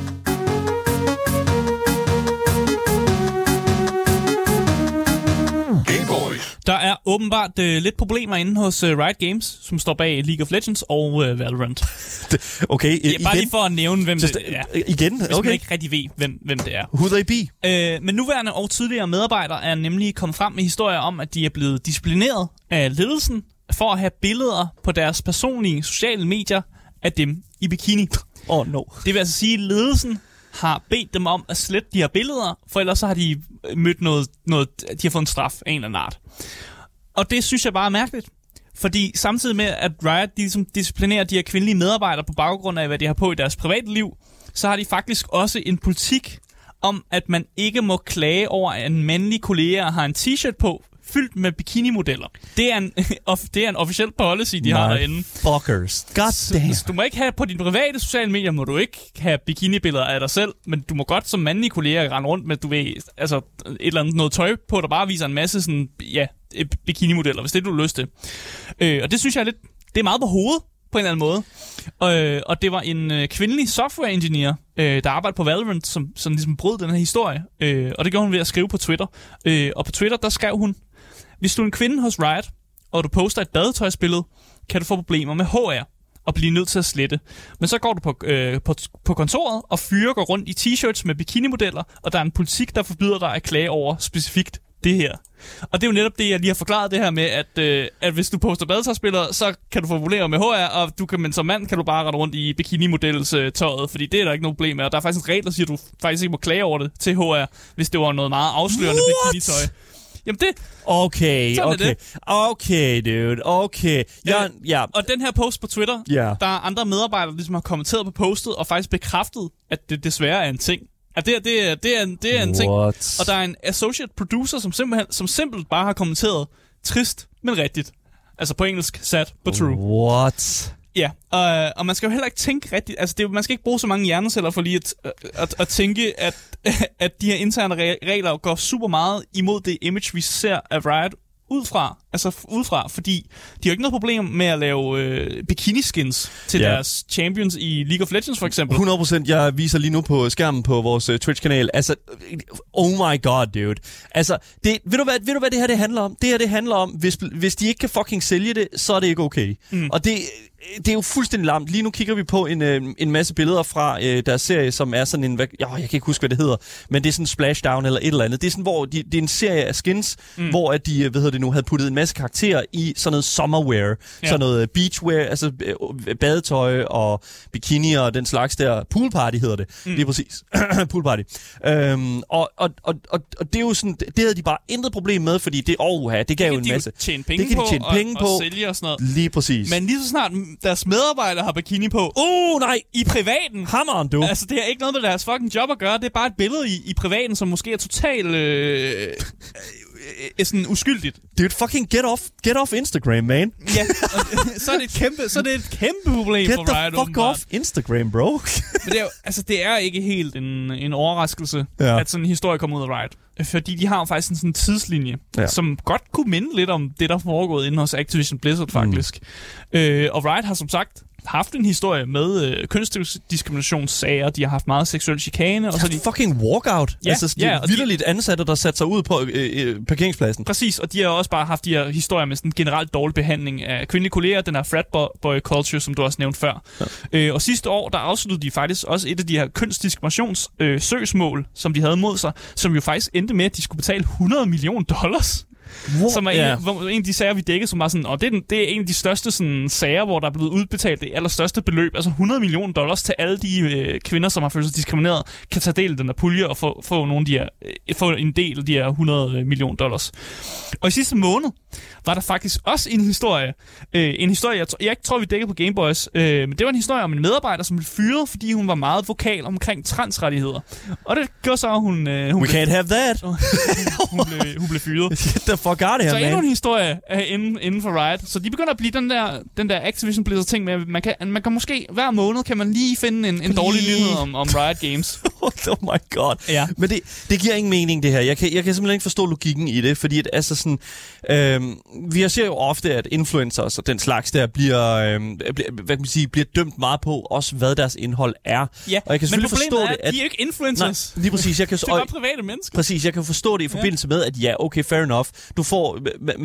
Der er åbenbart lidt problemer inde hos Riot Games, som står bag League of Legends og Valorant. Okay, igen? Bare lige for at nævne, hvem det er. Igen? Hvis man ikke rigtig ved, hvem det er. Who they be? Men nuværende og tidligere medarbejdere er nemlig kommet frem med historier om, at de er blevet disciplineret af ledelsen for at have billeder på deres personlige sociale medier af dem i bikini. Oh no. Det vil altså sige, at ledelsen har bedt dem om at slette de her billeder, for ellers så har de mødt noget, de har fået en straf af en eller anden art. Og det synes jeg bare er mærkeligt, fordi samtidig med, at Riot de ligesom disciplinerer de her kvindelige medarbejdere på baggrund af, hvad de har på i deres private liv, så har de faktisk også en politik om, at man ikke må klage over, at en mandlig kollega har en t-shirt på, fyldt med bikinimodeller. Det er en officiel policy, de har derinde. Fuckers. God damn. Så du må ikke have på dine private sociale medier, må du ikke have bikinibilleder af dig selv, men du må godt som mandlige kolleger rende rundt med, du ved, altså et eller andet noget tøj på, der bare viser en masse sådan, ja, bikinimodeller, hvis det du har lyst til. Og det synes jeg er lidt, det er meget på hovedet, på en eller anden måde. Og det var en kvindelig software engineer, der arbejdede på Valorant, som ligesom brød den her historie. Og det gjorde hun ved at skrive på Twitter. Og på Twitter, der skrev hun, hvis du er en kvinde hos Riot, og du poster et badetøjsbillede, kan du få problemer med HR og blive nødt til at slette. Men så går du på kontoret, og fyre går rundt i t-shirts med bikinimodeller, og der er en politik, der forbyder dig at klage over specifikt det her. Og det er jo netop det, jeg lige har forklaret det her med, at hvis du poster badetøjsbilleder, så kan du få problemer med HR, og men som mand kan du bare rette rundt i bikinimodels tøjet, fordi det er der ikke noget problem med. Og der er faktisk en regel, der siger, at du faktisk ikke må klage over det til HR, hvis det var noget meget afslørende bikinitøj. Jamen det... Okay, dude. Okay. Ja. Og den her post på Twitter, der er andre medarbejdere, der ligesom har kommenteret på postet, og faktisk bekræftet, at det desværre er en ting. At det er en ting. Og der er en associate producer, som simpelt bare har kommenteret trist, men rigtigt. Altså på engelsk, sad but true. What? Ja, og man skal jo heller ikke tænke rigtigt. Altså man skal ikke bruge så mange hjerneceller for lige at tænke, at de her interne regler går super meget imod det image, vi ser af Riot udefra, fordi de har ikke noget problem med at lave bikini-skins til deres champions i League of Legends, for eksempel. 100%. Jeg viser lige nu på skærmen på vores Twitch-kanal. Altså, oh my god, dude. Altså, ved du hvad det her det handler om? Det her det handler om, hvis de ikke kan fucking sælge det, så er det ikke okay. Og det er jo fuldstændig larmt. Lige nu kigger vi på en masse billeder fra deres serie, som er sådan en... jeg kan ikke huske, hvad det hedder, men det er sådan en splashdown eller et eller andet. Det er sådan, hvor det er en serie af skins, hvor at de, havde puttet en masse karakterer i sådan noget summerwear, sådan noget beachwear, altså badetøj og bikini og den slags der. Poolparty hedder det. Lige præcis. Poolparty. Og det er jo sådan, det havde de bare intet problem med, fordi det gav jo en masse. Det kan de tjene penge på og sælge og sådan noget. Lige præcis. Men lige så snart deres medarbejdere har bikini på. Nej! I privaten. Hammeren, du. Altså, det har ikke noget med deres fucking job at gøre. Det er bare et billede i privaten, som måske er totalt sådan uskyldigt. Det er et fucking get off Instagram, man. Ja, så er det et kæmpe problem Get for the Riot. fuck off Instagram, bro. Men det er ikke helt en overraskelse, Ja. at sådan en historie kommer ud af Riot. Fordi de har jo faktisk sådan en tidslinje, som godt kunne minde lidt om det, der er foregået inde hos Activision Blizzard, faktisk. Og Riot har som sagt haft en historie med kønsdiskriminationssager. De har haft meget seksuel chikane. Og så de fucking walkout. Ja, Altså, de er vitterligt ansatte, der satte sig ud på parkeringspladsen. Præcis, og de har også bare haft de her historier med sådan en generelt dårlig behandling af kvindelige kolleger, den her fratboy culture, som du også nævnte før. Ja. Og sidste år, der afsluttede de faktisk også et af de her kønsdiskriminationssøgsmål, som de havde mod sig, som jo faktisk endte med, at de skulle betale $100 million. Som er en af de sager, vi dækkede, som var sådan, og det er en af de største sådan, sager, hvor der er blevet udbetalt det allerstørste beløb, altså $100 million til alle de kvinder, som har følt sig diskrimineret, kan tage del i den der pulje og få en del af de her $100 million. Og i sidste måned var der faktisk også en historie, jeg ikke tror, vi dækkede på Gameboys, men det var en historie om en medarbejder, som blev fyret, fordi hun var meget vokal omkring transrettigheder. Og det gjorde så, hun We can't have that. hun blev fyret. Get the fuck out of here, så man. endnu en historie inden for Riot. Så de begynder at blive den der Activision Blizzard ting med, man kan måske hver måned kan man lige finde en dårlig nyhed om Riot Games. Oh my god. Ja. Men det giver ingen mening, det her. Jeg kan simpelthen ikke forstå logikken i det, fordi altså sådan, vi ser jo ofte, at influencers og den slags der bliver dømt meget på også, hvad deres indhold er. Ja, og jeg kan men forstå er, det, at de er jo ikke influencers. Nej, lige præcis. Jeg kan det er bare private mennesker. Præcis, jeg kan forstå det i forbindelse med, at ja, okay, fair enough. Du får,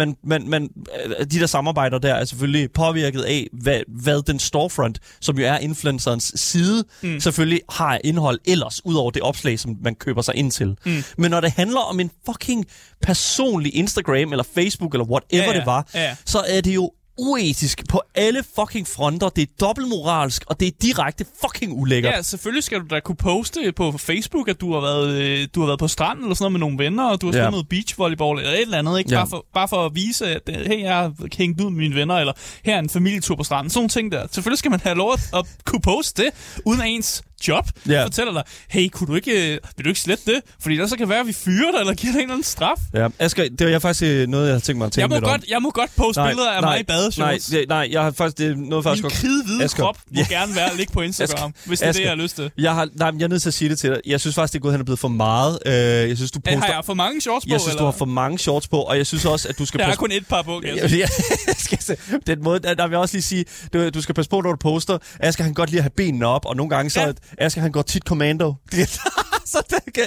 de der samarbejder der er selvfølgelig påvirket af, hvad den storefront, som jo er influencerens side, selvfølgelig har indhold ellers, ud over det opslag, som man køber sig ind til. Men når det handler om en fucking personlig Instagram, eller Facebook, eller whatever det var, så er det jo uetisk på alle fucking fronter. Det er dobbeltmoralsk, og det er direkte fucking ulækkert. Ja, selvfølgelig skal du da kunne poste på Facebook, at du har været på stranden eller sådan noget med nogle venner, og du har spillet noget beachvolleyball eller et eller andet, ikke? Bare for at vise, at hey, jeg har hængt ud med mine venner, eller her er en familietur på stranden. Sådan nogle ting der. Selvfølgelig skal man have lov at kunne poste det, uden at ens job fortæller dig, hey, vil du ikke slette det? Fordi der så kan være, at vi fyrer dig, eller giver dig en eller anden straf. Ja, Asger, det er faktisk noget, jeg har tænkt mig at tænke lidt om. Jeg må godt poste billeder af mig i badeshorts. Nej, jeg har faktisk, det er noget faktisk godt. Min kridhvide krop må gerne ligge på Instagram, hvis det er det, jeg har lyst til. Jeg er nødt til at sige det til dig. Jeg synes faktisk, det er gået hen og blevet for meget. Jeg synes, du poster... Har jeg for mange shorts på? Jeg synes, du har for mange shorts på, og jeg synes også, at du skal passe... Jeg har kun et par på, kan jeg sige. Den måde, der vil jeg også lige sige, du skal passe på, når du poster. Asger, han godt lide at have benene op, og nogle gange så... Asger, han går tit commando. Så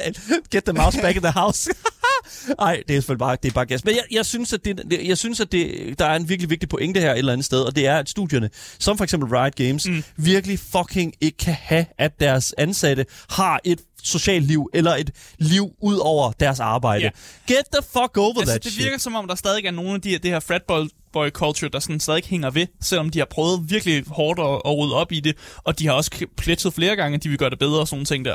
get the mouse back in the house. Ej, det er selvfølgelig bare gas. Men jeg synes, at der er en virkelig vigtig pointe her et eller andet sted, og det er, at studierne, som for eksempel Riot Games, virkelig fucking ikke kan have, at deres ansatte har et socialt liv, eller et liv ud over deres arbejde. Yeah. Get the fuck over that det shit. virker som om, der stadig er nogle af det her fratboy culture, der sådan stadig hænger ved, selvom de har prøvet virkelig hårdt at rydde op i det, og de har også plætset flere gange, at de vil gøre det bedre og sådan ting der.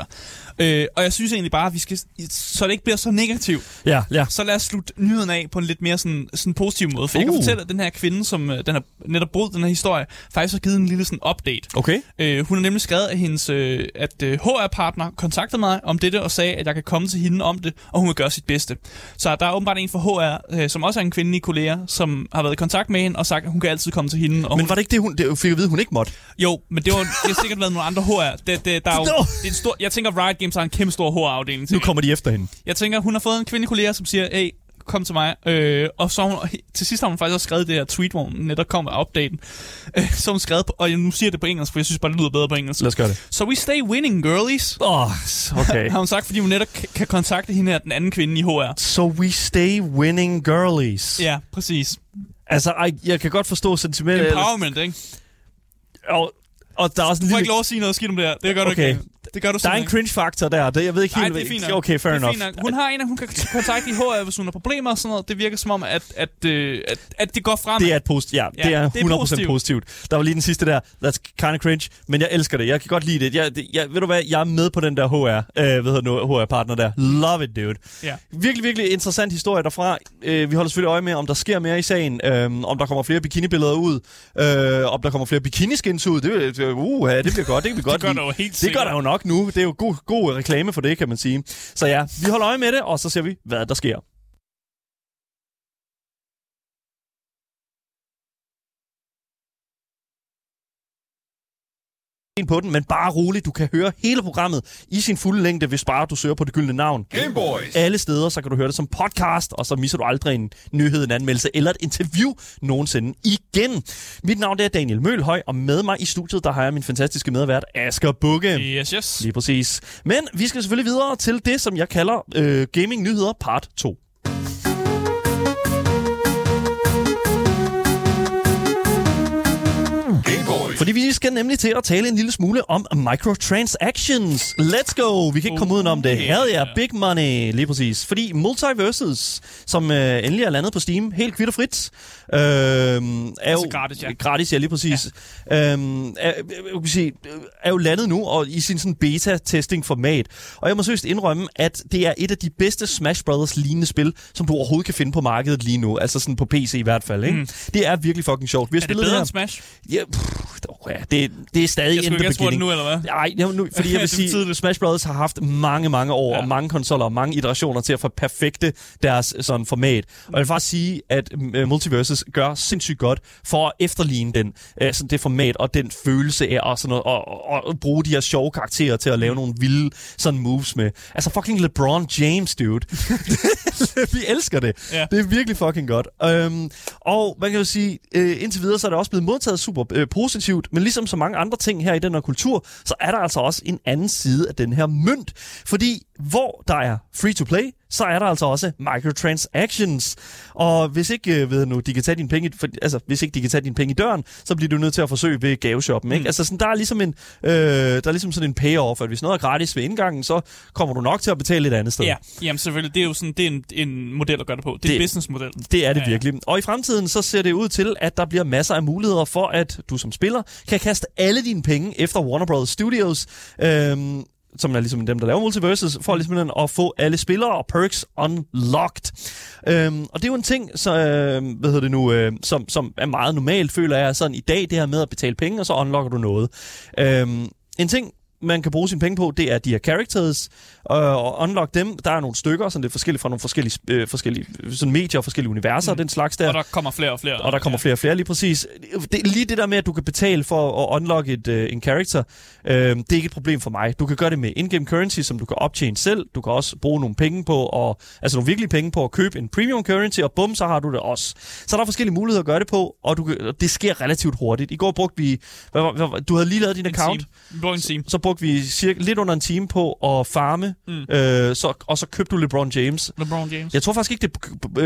Og jeg synes egentlig bare, at vi skal, så det ikke bliver så negativt. Ja. Så lad os slutte nyheden af på en lidt mere sådan positiv måde. For jeg kan fortælle, at den her kvinde, som den har netop brudt den her historie, faktisk har givet en lille sådan update. Okay. Hun har nemlig skrevet, at hendes HR-partner kontaktede mig om dette og sagde, at jeg kan komme til hende om det, og hun vil gøre sit bedste. Så der er åbenbart en fra HR, som også er en kvindelig kollega, som har været i kontakt med hende og sagt, at hun kan altid komme til hende. Og men var det ikke det, hun fik at vide, hun ikke måtte? Jo, men det har sikkert været nogle andre HR. Det er en stor, jeg tænker, Riot Games har en kæmpe stor HR-afdeling. Nu kommer de efter hende. Jeg tænker, hun har fået en kvindelig kollega, som siger, hey, kom til mig. Og så til sidst har hun faktisk også skrevet det her tweet, hvor hun netop kom med updaten. Så hun skrevet, og nu siger det på engelsk, for jeg synes bare, det lyder bedre på engelsk. Lad os gøre det. So we stay winning, girlies. Okay. Har hun sagt, fordi hun netop kan kontakte hende her, den anden kvinde i HR. So we stay winning, girlies. Ja, præcis. Altså, jeg kan godt forstå sentimentet. Empowerment, ikke? Og der er også en lille... ikke lov at sige noget skidt om det her. Det gør du ikke. Det gør du der er en cringe-faktor der. Jeg ved ikke helt... Nej, det er fint. Okay, fair enough. Hun har en, hun kan kontakte i HR, hvis hun har problemer og sådan noget. Det virker som om, at det går frem. Det er det er 100% positivt. Der var lige den sidste der. That's kind of cringe, men jeg elsker det. Jeg kan godt lide det. Ved du hvad? Jeg er med på den der HR-partner der. Love it, dude. Yeah. Virkelig, virkelig interessant historie derfra. Vi holder selvfølgelig øje med, om der sker mere i sagen. Om der kommer flere bikinibilleder ud. Om der kommer flere bikiniskins ud. Det bliver godt. Det gør der jo helt sikkert. Det gør der jo nok nu. Det er jo god reklame for det, kan man sige. Så ja, vi holder øje med det, og så ser vi, hvad der sker. på den, men bare roligt, du kan høre hele programmet i sin fulde længde, hvis bare du søger på det gyldne navn. Gameboys. Alle steder, så kan du høre det som podcast, og så misser du aldrig en nyhed, en anmeldelse eller et interview nogensinde igen. Mit navn er Daniel Mølhøj, og med mig i studiet, der har jeg min fantastiske medvært, Asger Bugge. Yes. Lige præcis. Men vi skal selvfølgelig videre til det, som jeg kalder gaming-nyheder part 2. Fordi vi skal nemlig til at tale en lille smule om microtransactions. Let's go! Vi kan ikke komme udenom det. Hell yeah, big money. Lige præcis. Fordi Multiverses, som endelig er landet på Steam, helt kvitterfrit, er jo gratis, ja. Gratis, ja, lige præcis. Ja. Er jo landet nu, og i sin sådan beta-testing-format. Og jeg må seriøst indrømme, at det er et af de bedste Smash Brothers lignende spil, som du overhovedet kan finde på markedet lige nu. Altså sådan på PC i hvert fald, ikke? Det er virkelig fucking sjovt. Vi har spillet det bedre end Smash? Ja, det er stadig in the beginning. Nu, eller hvad? Nej, nu, fordi jeg vil sige, Smash Brothers har haft mange år, og mange konsoller og mange iterationer til at få perfekte deres sådan format. Og jeg vil faktisk sige, at Multiverses gør sindssygt godt for at efterligne den, sådan det format og den følelse af og sådan noget, og bruge de her sjove karakterer til at lave nogle vilde sådan moves med. Altså fucking LeBron James, dude. Vi elsker det. Ja. Det er virkelig fucking godt. Og man kan jo sige, indtil videre, så er det også blevet modtaget super positivt, men ligesom så mange andre ting her i den her kultur, så er der altså også en anden side af den her mønt. Fordi hvor der er free-to-play, så er der altså også microtransactions. Og hvis ikke, de kan tage dine penge, hvis ikke de kan tage dine penge i døren, så bliver du nødt til at forsøge ved gaveshoppen, ikke? Altså sådan, der er ligesom sådan en payoff, at hvis noget er gratis ved indgangen, så kommer du nok til at betale et andet sted. Ja, jamen selvfølgelig, det er jo sådan, det er en model at gøre det på. Det er en businessmodel. Det er det virkelig. Og i fremtiden så ser det ud til, at der bliver masser af muligheder for, at du som spiller kan kaste alle dine penge efter Warner Bros. Studios, som er ligesom dem, der laver Multiverses, for ligesom at få alle spillere og perks unlocked. Og det er jo en ting, så, som er meget normalt, føler jeg, sådan i dag, det her med at betale penge, og så unlocker du noget. En ting, man kan bruge sine penge på, det er de her characters, og unlock dem. Der er nogle stykker, sådan lidt forskellige fra nogle forskellige sådan medier og forskellige universer og den slags der. Og der kommer flere og flere. Og der kommer flere og flere, lige præcis. Lige det der med, at du kan betale for at unlock en character, det er ikke et problem for mig. Du kan gøre det med in-game currency, som du kan optjene selv. Du kan også bruge nogle penge på, altså nogle virkelige penge på at købe en premium currency, og bum, så har du det også. Så der er forskellige muligheder at gøre det på, og det sker relativt hurtigt. I går brugte vi, du havde lige lavet din account. Så brugte vi lidt under en time på at farme, og så købte du LeBron James. Jeg tror faktisk ikke,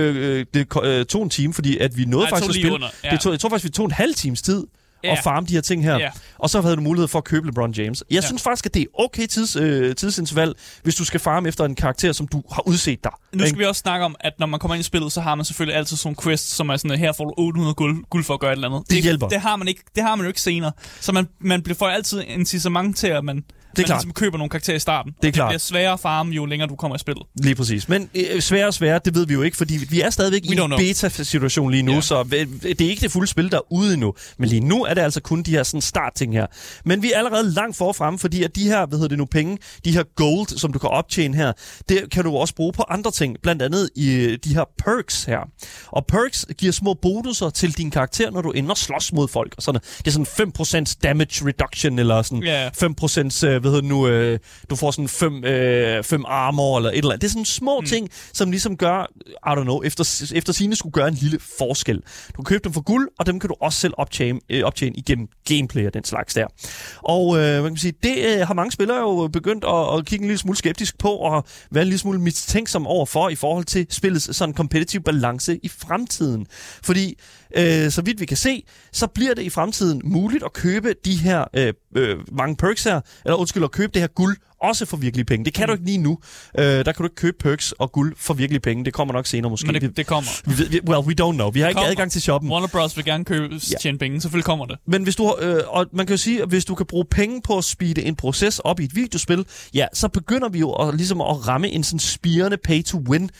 det tog en time, fordi at vi nåede faktisk at spille. Jeg tror faktisk, vi tog en halv times tid og farme de her ting her. Og så havde du mulighed for at købe LeBron James. Jeg synes faktisk, at det er okay tidsinterval, hvis du skal farme efter en karakter, som du har udset dig. Nu skal vi også snakke om, at når man kommer ind i spillet, så har man selvfølgelig altid sådan en quest, som er sådan, her får du 800 guld for at gøre et eller andet. Det hjælper. Det har man jo ikke senere. Så man får altid incitament til, at man ligesom køber nogle karakterer i starten. Det bliver sværere at farme, jo længere du kommer i spillet. Lige præcis. Men sværere, det ved vi jo ikke, fordi vi er stadigvæk i en beta-situation lige nu, så det er ikke det fulde spil, der er ude endnu. Men lige nu er det altså kun de her sådan start-ting her. Men vi er allerede langt forfremme, fordi at de her, penge, de her gold, som du kan optjene her, det kan du også bruge på andre ting, blandt andet i de her perks her. Og perks giver små bonusser til din karakter, når du ender slås mod folk. Og sådan, det er sådan 5% damage reduction, eller sådan 5% du får sådan 5 armor eller et eller andet. Det er sådan små ting, som ligesom gør, I don't know, efter sigende skulle gøre en lille forskel. Du kan købe dem for guld, og dem kan du også selv optjene igennem gameplay og den slags der. Og man kan sige, det har mange spillere jo begyndt at kigge en lille smule skeptisk på, og være en lille smule mistænksom overfor i forhold til spillets sådan competitive balance i fremtiden. Fordi så vidt vi kan se, så bliver det i fremtiden muligt at købe de her mange perks her, eller at købe det her guld også for virkelige penge. Det kan du ikke lige nu. Der kan du ikke købe perks og guld for virkelige penge. Det kommer nok senere måske. Men det kommer. Well, we don't know. Vi har ikke adgang til shoppen. Warner Bros. Vil gerne tjene penge. Selvfølgelig kommer det. Men hvis du, og man kan jo sige, at hvis du kan bruge penge på at speede en proces op i et videospil, ja, så begynder vi jo at ramme en sådan spirende pay-to-win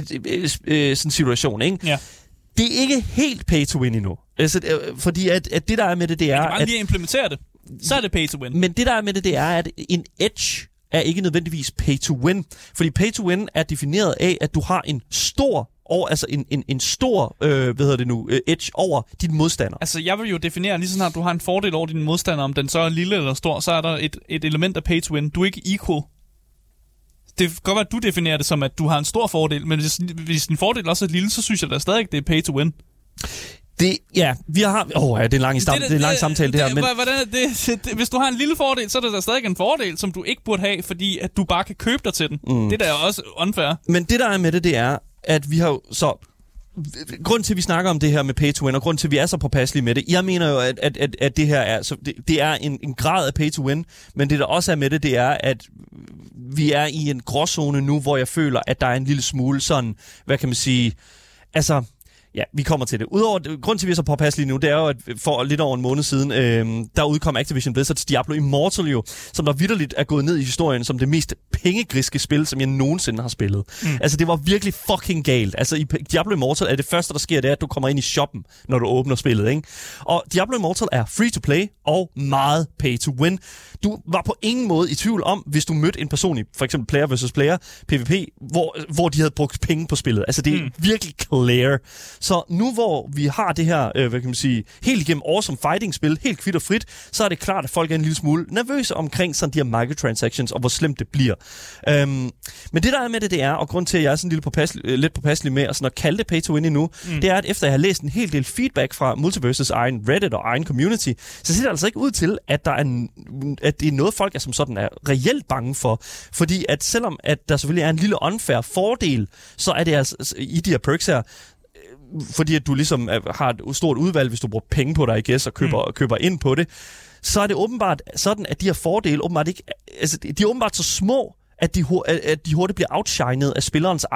sådan situation, ikke? Ja. Det er ikke helt pay-to-win endnu. Altså, fordi at det, der er med det, det er... Man kan bare lige implementere det. Så er det pay-to-win. Men det, der er med det, det er, at en edge er ikke nødvendigvis pay-to-win. Fordi pay-to-win er defineret af, at du har en stor en stor edge over din modstander. Altså, jeg vil jo definere, lige så snart du har en fordel over din modstander, om den så er lille eller stor, så er der et element af pay to win. Du er ikke equal. Det kan godt være, at du definerer det som, at du har en stor fordel, men hvis din fordel også er lille, så synes jeg da stadig, det er pay to win. Det er en lang samtale det her. Men hvis du har en lille fordel, så er det da stadig en fordel, som du ikke burde have, fordi at du bare kan købe dig til den. Det der er også unfair. Men det der er med det er, at vi har jo så... Grunden til, at vi snakker om det her med pay to win, og grunden til, at vi er så påpasselige med det, jeg mener jo, at det her er... Så det er en grad af pay to win, men det der også er med det er, at vi er i en gråzone nu, hvor jeg føler, at der er en lille smule sådan... Hvad kan man sige... Altså... Ja, vi kommer til det. Udover, grunden til, at vi er så påpasselige nu, det er jo, at for lidt over en måned siden, der udkom Activision Blizzard's Diablo Immortal jo, som der vitterligt er gået ned i historien som det mest pengegriske spil, som jeg nogensinde har spillet. Altså, det var virkelig fucking galt. Altså, i Diablo Immortal er det første, der sker, det er, at du kommer ind i shoppen, når du åbner spillet, ikke? Og Diablo Immortal er free to play og meget pay to win. Du var på ingen måde i tvivl om, hvis du mødte en person i for eksempel player versus player, PvP, hvor de havde brugt penge på spillet. Altså, det er virkelig clear. Så nu hvor vi har det her, hvad kan man sige, helt igennem awesome fighting-spil, helt kvitt og frit, så er det klart, at folk er en lille smule nervøse omkring sådan de her microtransactions, og hvor slemt det bliver. Men det der er med det er, og grund til, at jeg er sådan lidt påpasselig med at kalde det pay to win endnu, det er, at efter jeg har læst en hel del feedback fra Multiverses egen Reddit og egen community, så ser det altså ikke ud til, at at det er noget, folk er som sådan er reelt bange for. Fordi at selvom at der selvfølgelig er en lille unfair fordel, så er det altså i de her perks her, fordi at du ligesom har et stort udvalg, hvis du bruger penge på dig, I guess, og køber ind på det, så er det åbenbart sådan, at de her fordele åbenbart ikke... Altså, de er åbenbart så små, at de hurtigt bliver outshined af spillerens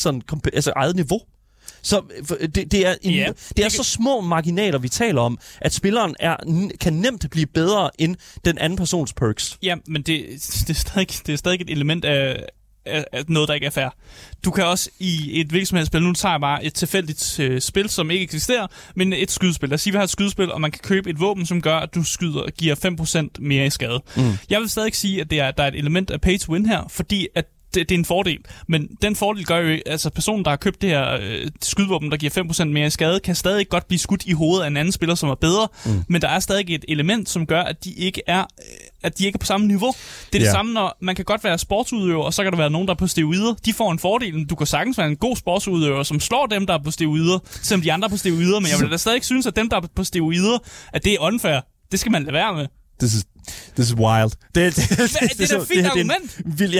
eget niveau. Så det er så små marginaler, vi taler om, at spilleren kan nemt blive bedre end den anden persons perks. Ja, men det er stadig et element af noget, der ikke er fair. Du kan også i et hvilket som helst spil, nu tager jeg bare et tilfældigt spil, som ikke eksisterer, men et skydespil. Lad os sige, at vi har et skydespil, og man kan købe et våben, som gør, at du giver 5% mere i skade. Jeg vil stadig sige, at der er et element af pay to win her, fordi at det er en fordel, men den fordel gør jo, altså personen, der har købt det her skydevåben, der giver 5% mere i skade, kan stadig godt blive skudt i hovedet af en anden spiller, som er bedre, men der er stadig et element, som gør, at de ikke er på samme niveau. Det er det samme, når man kan godt være sportsudøver, og så kan der være nogen, der er på steroider. De får en fordel. Du kan sagtens være en god sportsudøver, som slår dem, der er på steroider, selvom de andre er på steroider, men jeg vil da stadig ikke synes, at dem, der er på steroider, at det er unfair. Det skal man lade være med. This is wild. Det er da et fint argument.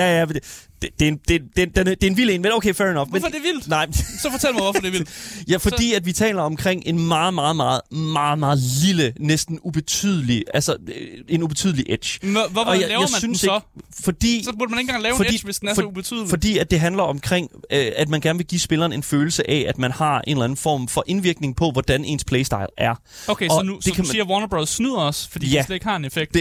Det er en vild en, men okay, fair enough. Hvorfor er det vildt? Nej. Så fortæl mig, hvorfor det er vildt. Ja, fordi at vi taler omkring en meget, meget, meget, meget, meget lille, næsten ubetydelig, altså en ubetydelig edge. Hvorfor laver man den så? Fordi, så burde man ikke engang lave en edge, hvis den er så ubetydelig. Fordi at det handler omkring, at man gerne vil give spilleren en følelse af, at man har en eller anden form for indvirkning på, hvordan ens playstyle er. Okay, og så du siger, Warner Bros. Snyder os, fordi det slet ikke har en effekt?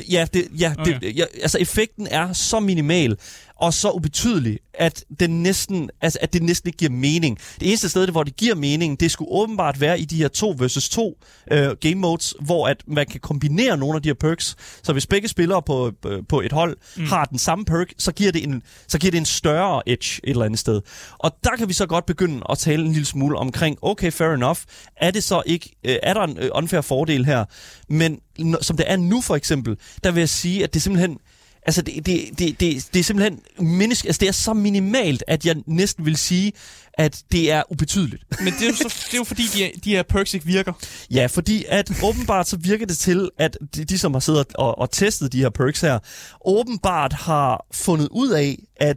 Altså effekten er så minimal og så ubetydelig, at det næsten ikke giver mening. Det eneste sted, hvor det giver mening, det skulle åbenbart være i de her 2 versus 2 game modes, hvor at man kan kombinere nogle af de her perks. Så hvis begge spillere på et hold har den samme perk, så giver det en større edge et eller andet sted. Og der kan vi så godt begynde at tale en lille smule omkring, okay, fair enough, er det så ikke, er der en unfair fordel her? Men som det er nu for eksempel, der vil jeg sige, at det simpelthen altså, det er simpelthen det er så minimalt, at jeg næsten vil sige, at det er ubetydeligt. Men det er jo fordi, de her perks ikke virker. Ja, fordi at åbenbart så virker det til, at de som har siddet og testet de her perks her, åbenbart har fundet ud af,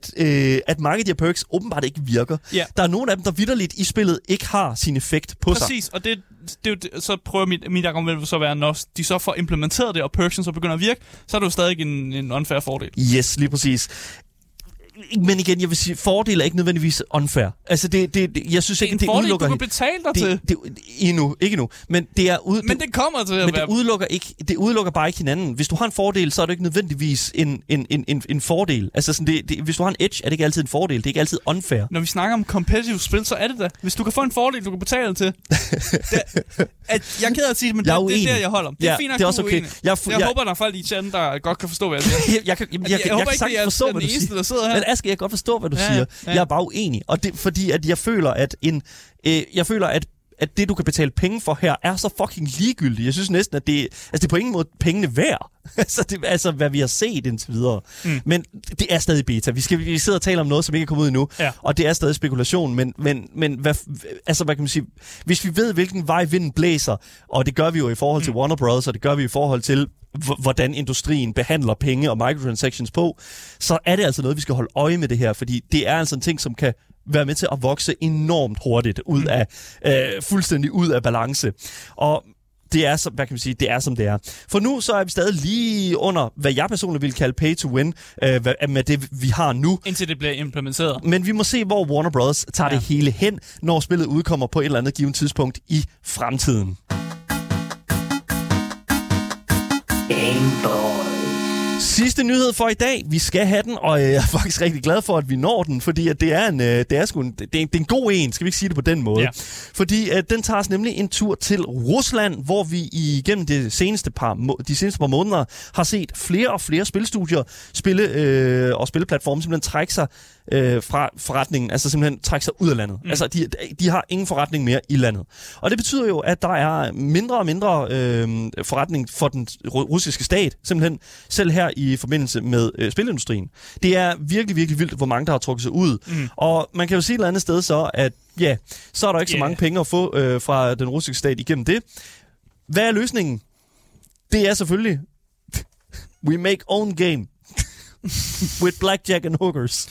at mange af de her perks åbenbart ikke virker. Ja. Der er nogle af dem, der vitterligt i spillet ikke har sin effekt på sig. Præcis, og så prøver mit argument så at være, når de så får implementeret det, og perksen så begynder at virke, så er det jo stadig en unfair fordel. Yes, lige præcis. Men igen, jeg vil sige, fordel er ikke nødvendigvis unfair. Altså, jeg synes ikke, det fordel, udelukker... du kan betale dig til. Ikke endnu. Men det er... Men det kommer til at være... det udelukker bare ikke hinanden. Hvis du har en fordel, så er det ikke nødvendigvis en fordel. Altså, sådan, hvis du har en edge, er det ikke altid en fordel. Det er ikke altid unfair. Når vi snakker om competitive spil, så er det da. Hvis du kan få en fordel, du kan betale til. Jeg er ked af at sige det, men det er der, jeg holder. Det er fint nok, det er også okay. Jeg håber, der er folk i chatten, der godt kan forstå, hvad jeg siger. Jeg håber ikke, det er den eneste, der sidder her. Aske, jeg kan godt forstå, hvad du siger. Ja. Jeg er bare uenig. Og det fordi, at jeg føler, at det, du kan betale penge for her, er så fucking ligegyldigt. Jeg synes næsten, at det er på ingen måde pengene værd. altså, hvad vi har set indtil videre. Men det er stadig beta. Vi sidder og taler om noget, som ikke er kommet ud endnu, og det er stadig spekulation. Men hvad kan man sige? Hvis vi ved, hvilken vej vinden blæser, og det gør vi jo i forhold til Warner Bros., og det gør vi i forhold til hvordan industrien behandler penge og microtransactions på, så er det altså noget, vi skal holde øje med det her, fordi det er altså en ting, som kan være med til at vokse enormt hurtigt ud af fuldstændig ud af balance. Og det er, hvad kan man sige, det er som det er. For nu så er vi stadig lige under, hvad jeg personligt vil kalde pay to win, med det vi har nu. Indtil det bliver implementeret. Men vi må se, hvor Warner Bros. Tager det hele hen, når spillet udkommer på et eller andet givet tidspunkt i fremtiden. Sidste nyhed for i dag. Vi skal have den, og jeg er faktisk rigtig glad for, at vi når den, fordi at det er en god en, skal vi ikke sige det på den måde. Ja. Fordi den tager os nemlig en tur til Rusland, hvor vi igennem de seneste par måneder har set flere og flere spilstudier og spilleplatforme simpelthen trække sig fra forretningen, altså simpelthen trække sig ud af landet. Altså, de har ingen forretning mere i landet. Og det betyder jo, at der er mindre og mindre forretning for den russiske stat, simpelthen selv her i forbindelse med spilindustrien. Det er virkelig, virkelig vildt, hvor mange der har trukket sig ud. Og man kan jo sige et eller andet sted så, at så er der ikke så mange penge at få fra den russiske stat igennem det. Hvad er løsningen? Det er selvfølgelig we make own game. With blackjack and hookers.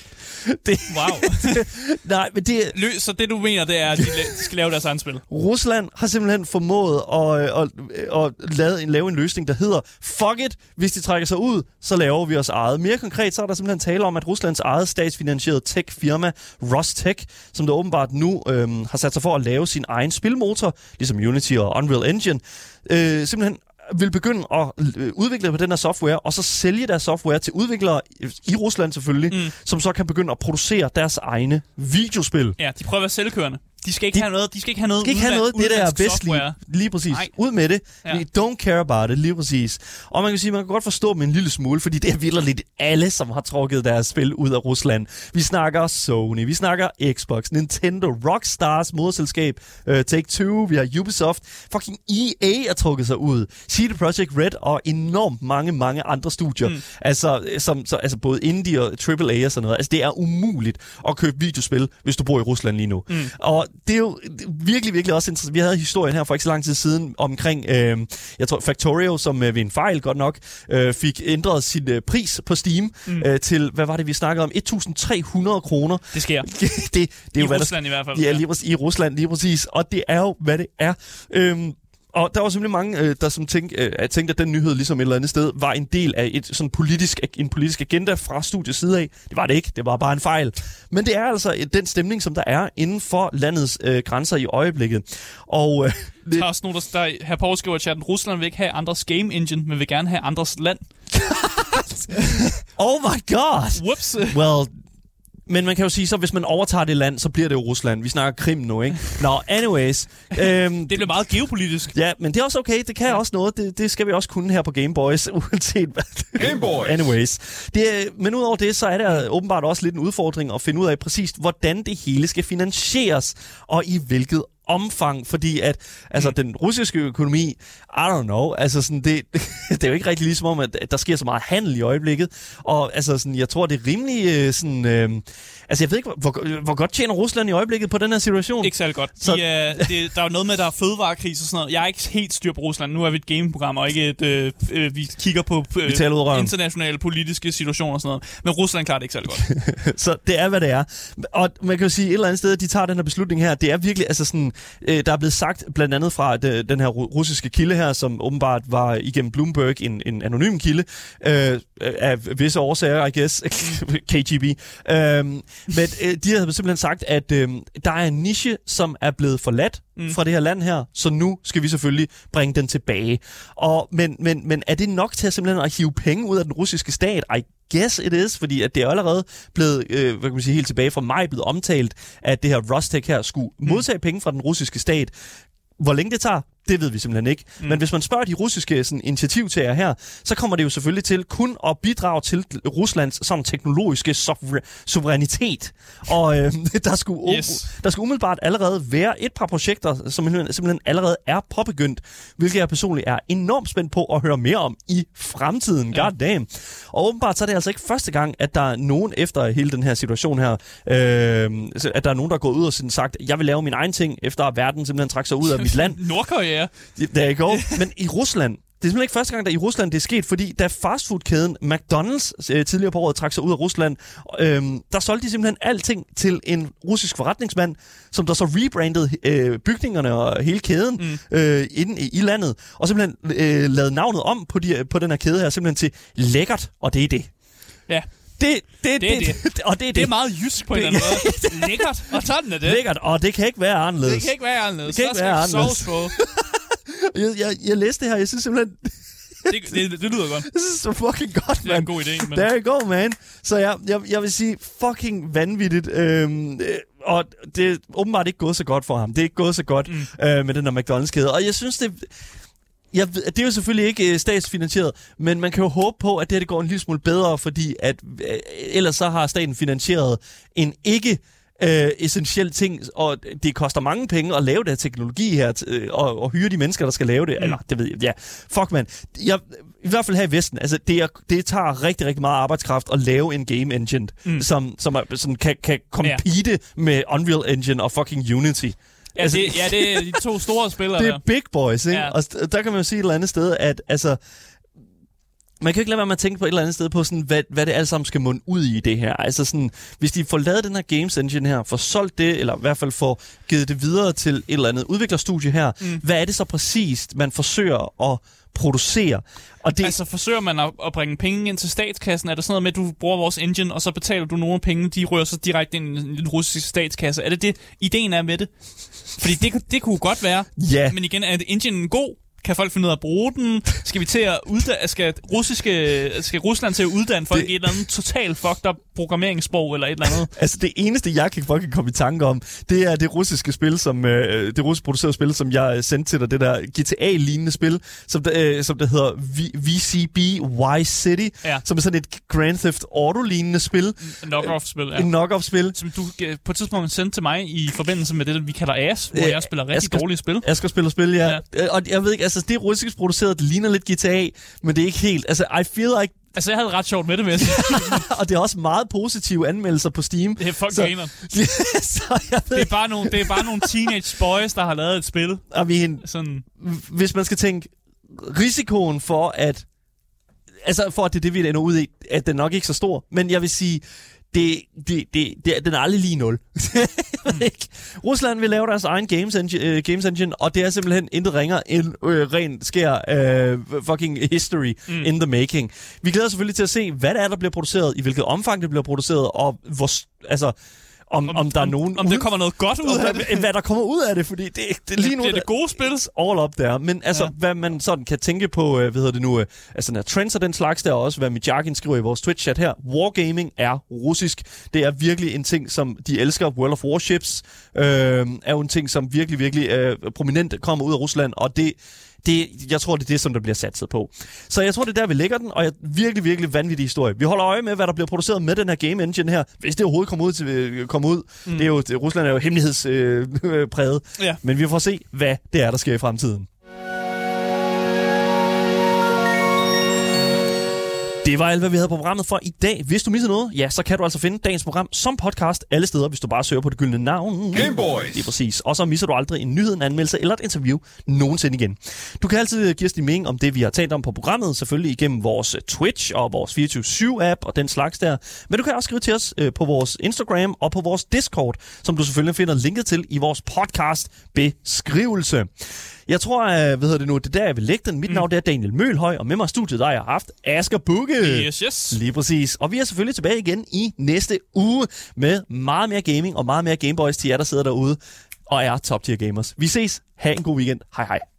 Nej, men det... Så det, du mener, det er, at de skal lave deres egen spil? Rusland har simpelthen formået at lave en løsning, der hedder fuck it, hvis de trækker sig ud, så laver vi os eget. Mere konkret, så er der simpelthen tale om, at Ruslands eget statsfinansierede tech-firma, Rostech, som der åbenbart nu har sat sig for at lave sin egen spilmotor, ligesom Unity og Unreal Engine, simpelthen vil begynde at udvikle på den her software, og så sælge deres software til udviklere i Rusland selvfølgelig, som så kan begynde at producere deres egne videospil. Ja, de prøver at være selvkørende. De skal ikke have noget. Det der er vestlige. Lige præcis. Nej. Ud med det. Ja. Don't care about it. Lige præcis. Og man kan sige, man kan godt forstå dem en lille smule, fordi det er virkelig lidt alle, som har trukket deres spil ud af Rusland. Vi snakker Sony, vi snakker Xbox, Nintendo, Rockstars moderselskab, Take-Two, vi har Ubisoft, fucking EA er trukket sig ud, CD Projekt Red og enormt mange andre studier. Altså både indie og AAA og sådan noget. Altså det er umuligt at købe videospil, hvis du bor i Rusland lige nu. Og det er jo virkelig, virkelig også interessant. Vi havde historien her for ikke så lang tid siden omkring, jeg tror, Factorio, som ved en fejl godt nok fik ændret sin pris på Steam til, hvad var det, vi snakkede om? 1.300 kroner. Det sker. det er jo, Rusland i hvert fald. Ja, lige præcis, i Rusland, lige præcis. Og det er jo, hvad det er. Og der var simpelthen mange, der som tænkte, at den nyhed ligesom et eller andet sted var en del af en politisk agenda fra studiets side af. Det var det ikke. Det var bare en fejl. Men det er altså den stemning, som der er inden for landets grænser i øjeblikket. Og der er også nogen, der her på skriver i chatten, Rusland vil ikke have andres game engine, men vil gerne have andres land. Oh my god! Whoops. Well... Men man kan jo sige, så hvis man overtager det land, så bliver det jo Rusland. Vi snakker Krim nu, ikke? Nå, anyways. Det bliver meget geopolitisk. Ja, men det er også okay. Det kan også noget. Det skal vi også kunne her på Game Boys, uanset hvad. Game Boys! Anyways. Men udover det, så er der åbenbart også lidt en udfordring at finde ud af præcis, hvordan det hele skal finansieres, og i hvilket omfang, fordi at den russiske økonomi, I don't know, altså sådan det er jo ikke rigtig ligesom om, at der sker så meget handel i øjeblikket, og altså sådan, jeg tror det er rimelig sådan, jeg ved ikke, hvor godt tjener Rusland i øjeblikket på den her situation? Ikke særlig godt. Så... der er jo noget med, der er fødevarekris og sådan noget. Jeg er ikke helt styr på Rusland. Nu er vi et gameprogram, og ikke vi kigger på internationale politiske situationer og sådan noget. Men Rusland klarer det ikke særlig godt. Så det er, hvad det er. Og man kan jo sige, et eller andet sted, at de tager den her beslutning her, det er virkelig, altså sådan, der er blevet sagt blandt andet fra den her russiske kilde her, som åbenbart var igennem Bloomberg en anonym kilde, af visse årsager, I guess, KGB. Men de har simpelthen sagt, at der er en niche, som er blevet forladt fra det her land her, så nu skal vi selvfølgelig bringe den tilbage. Men er det nok til at simpelthen at hive penge ud af den russiske stat? I guess it is, fordi at det er allerede blevet, hvad kan man sige, helt tilbage fra maj blevet omtalt, at det her Rostech her skulle modtage penge fra den russiske stat. Hvor længe det tager, Det ved vi simpelthen ikke. Men hvis man spørger de russiske sådan, initiativtagere her, så kommer det jo selvfølgelig til kun at bidrage til Ruslands sådan, teknologiske suverænitet. Og der skulle umiddelbart allerede være et par projekter, som simpelthen allerede er påbegyndt, hvilket jeg personligt er enormt spændt på at høre mere om i fremtiden. God damn. Og åbenbart så er det altså ikke første gang, at der er nogen efter hele den her situation her, at der er nogen, der er gået ud og sådan sagt, jeg vil lave min egen ting, efter at verden simpelthen trækker sig ud af mit land. Nordkorea. Der er go. Men i Rusland, det er simpelthen ikke første gang, der i Rusland det er sket, fordi da fastfoodkæden McDonald's tidligere på året trak sig ud af Rusland, der solgte de simpelthen alting til en russisk forretningsmand, som der så rebrandede bygningerne og hele kæden inde i landet, og simpelthen lavede navnet om på den her kæde her, simpelthen til Lækkert, og det er det. Ja. Det er meget jysk på en eller anden måde. Lækkert, og sådan er det. Lækkert, og det kan ikke være anderledes. Det kan ikke være anderledes. Det kan ikke være anderledes. Jeg læste det her, jeg synes simpelthen... det lyder godt. Det er så fucking godt, man. Det er en god idé, men... There you go, man. Så jeg vil sige, fucking vanvittigt. Og det er åbenbart ikke gået så godt for ham. Det er ikke gået så godt med den der McDonald's-kæde. Og jeg synes, det er jo selvfølgelig ikke statsfinansieret, men man kan jo håbe på, at det går en lille smule bedre, fordi at ellers så har staten finansieret en ikke essentiel ting, og det koster mange penge at lave det her teknologi her, og hyre de mennesker, der skal lave det. Eller, det ved jeg. Ja, fuck, man. I hvert fald her i Vesten, altså det tager rigtig, rigtig meget arbejdskraft at lave en game engine, som kan compete med Unreal Engine og fucking Unity. Ja, det er de to store spillere. Det er big boys, ikke? Ja. Og der kan man jo sige et eller andet sted, at altså... Man kan jo ikke lade være med at tænke på et eller andet sted på, sådan, hvad det alt sammen skal munde ud i det her. Altså sådan, hvis de får lavet den her Games Engine her, får solgt det, eller i hvert fald får givet det videre til et eller andet udviklerstudie her, hvad er det så præcist, man forsøger at producere? Og det... Altså forsøger man at bringe penge ind til statskassen? Er det sådan noget med, at du bruger vores engine, og så betaler du nogle penge, de rører så direkte ind i den russiske statskasse? Er det ideen er med det? Fordi det kunne godt være. Ja. Men igen, er enginen god? Kan folk finde ud af at bruge den? Skal vi til at skal Rusland til at uddanne folk i et eller andet totalt fucked up programmeringssprog eller et eller andet? Altså det eneste, jeg kan fucking komme i tanke om, det er det russiske spil, det russisk producerede spil, som jeg sendte til dig, det der GTA-lignende spil, som der hedder VCB Vice City, som er sådan et Grand Theft Auto-lignende spil. En knock-off-spil, ja. En knock-off-spil. Som du på et tidspunkt sendte til mig i forbindelse med det, vi kalder AS, hvor jeg spiller rigtig dårlige spil. Asger spiller spil, ja. Og jeg ved ikke, altså det er russisk produceret, det ligner lidt GTA, men det er ikke helt. Altså, I feel like... Altså, jeg havde ret sjovt med det, vil jeg sige. Og det er også meget positive anmeldelser på Steam. Det er fucking gamer. Det er bare nogle teenage boys, der har lavet et spil. Sådan. Hvis man skal tænke risikoen for, at... Altså, for at det er det, vi ender ud i, at den nok ikke er så stor. Men jeg vil sige... den er aldrig lige 0. Rusland vil lave deres egen games engine, og det er simpelthen intet ringer end ren skær fucking history in the making. Vi glæder selvfølgelig til at se, hvad det er, der bliver produceret, i hvilket omfang det bliver produceret, og hvor, altså... Om der er nogen... Om der kommer noget godt ud af det. Hvad der kommer ud af det, fordi det lige nu... Det er det gode spil. All up der. Men altså, hvad man sådan kan tænke på, altså trends og den slags, der også, hvad Mijakin skriver i vores Twitch-chat her. Wargaming er russisk. Det er virkelig en ting, som de elsker. World of Warships er jo en ting, som virkelig, virkelig prominent kommer ud af Rusland, og jeg tror, det er det, som der bliver satset på. Så jeg tror, det er der, vi lægger den, og virkelig, virkelig vanvittig historie. Vi holder øje med, hvad der bliver produceret med den her game engine her, hvis det overhovedet kommer ud. Det er jo, Rusland er jo hemmelighedspræget, men vi får se, hvad det er, der sker i fremtiden. Det var alt, hvad vi havde på programmet for i dag. Hvis du misser noget, ja, så kan du altså finde dagens program som podcast alle steder, hvis du bare søger på det gyldne navn. Gameboys! Det er præcis. Og så misser du aldrig en nyhed, en anmeldelse eller et interview nogensinde igen. Du kan altid give os din mening om det, vi har talt om på programmet, selvfølgelig igennem vores Twitch og vores 24/7-app og den slags der. Men du kan også skrive til os på vores Instagram og på vores Discord, som du selvfølgelig finder linket til i vores podcast-beskrivelse. Jeg tror, det er der, jeg vil lægge den. Mit navn er Daniel Mølhøj, og med mig i studiet, der har jeg haft Asger Bugge. Yes. Lige præcis. Og vi er selvfølgelig tilbage igen i næste uge med meget mere gaming og meget mere Gameboys til jer, der sidder derude og er top tier gamers. Vi ses. Ha' en god weekend. Hej hej.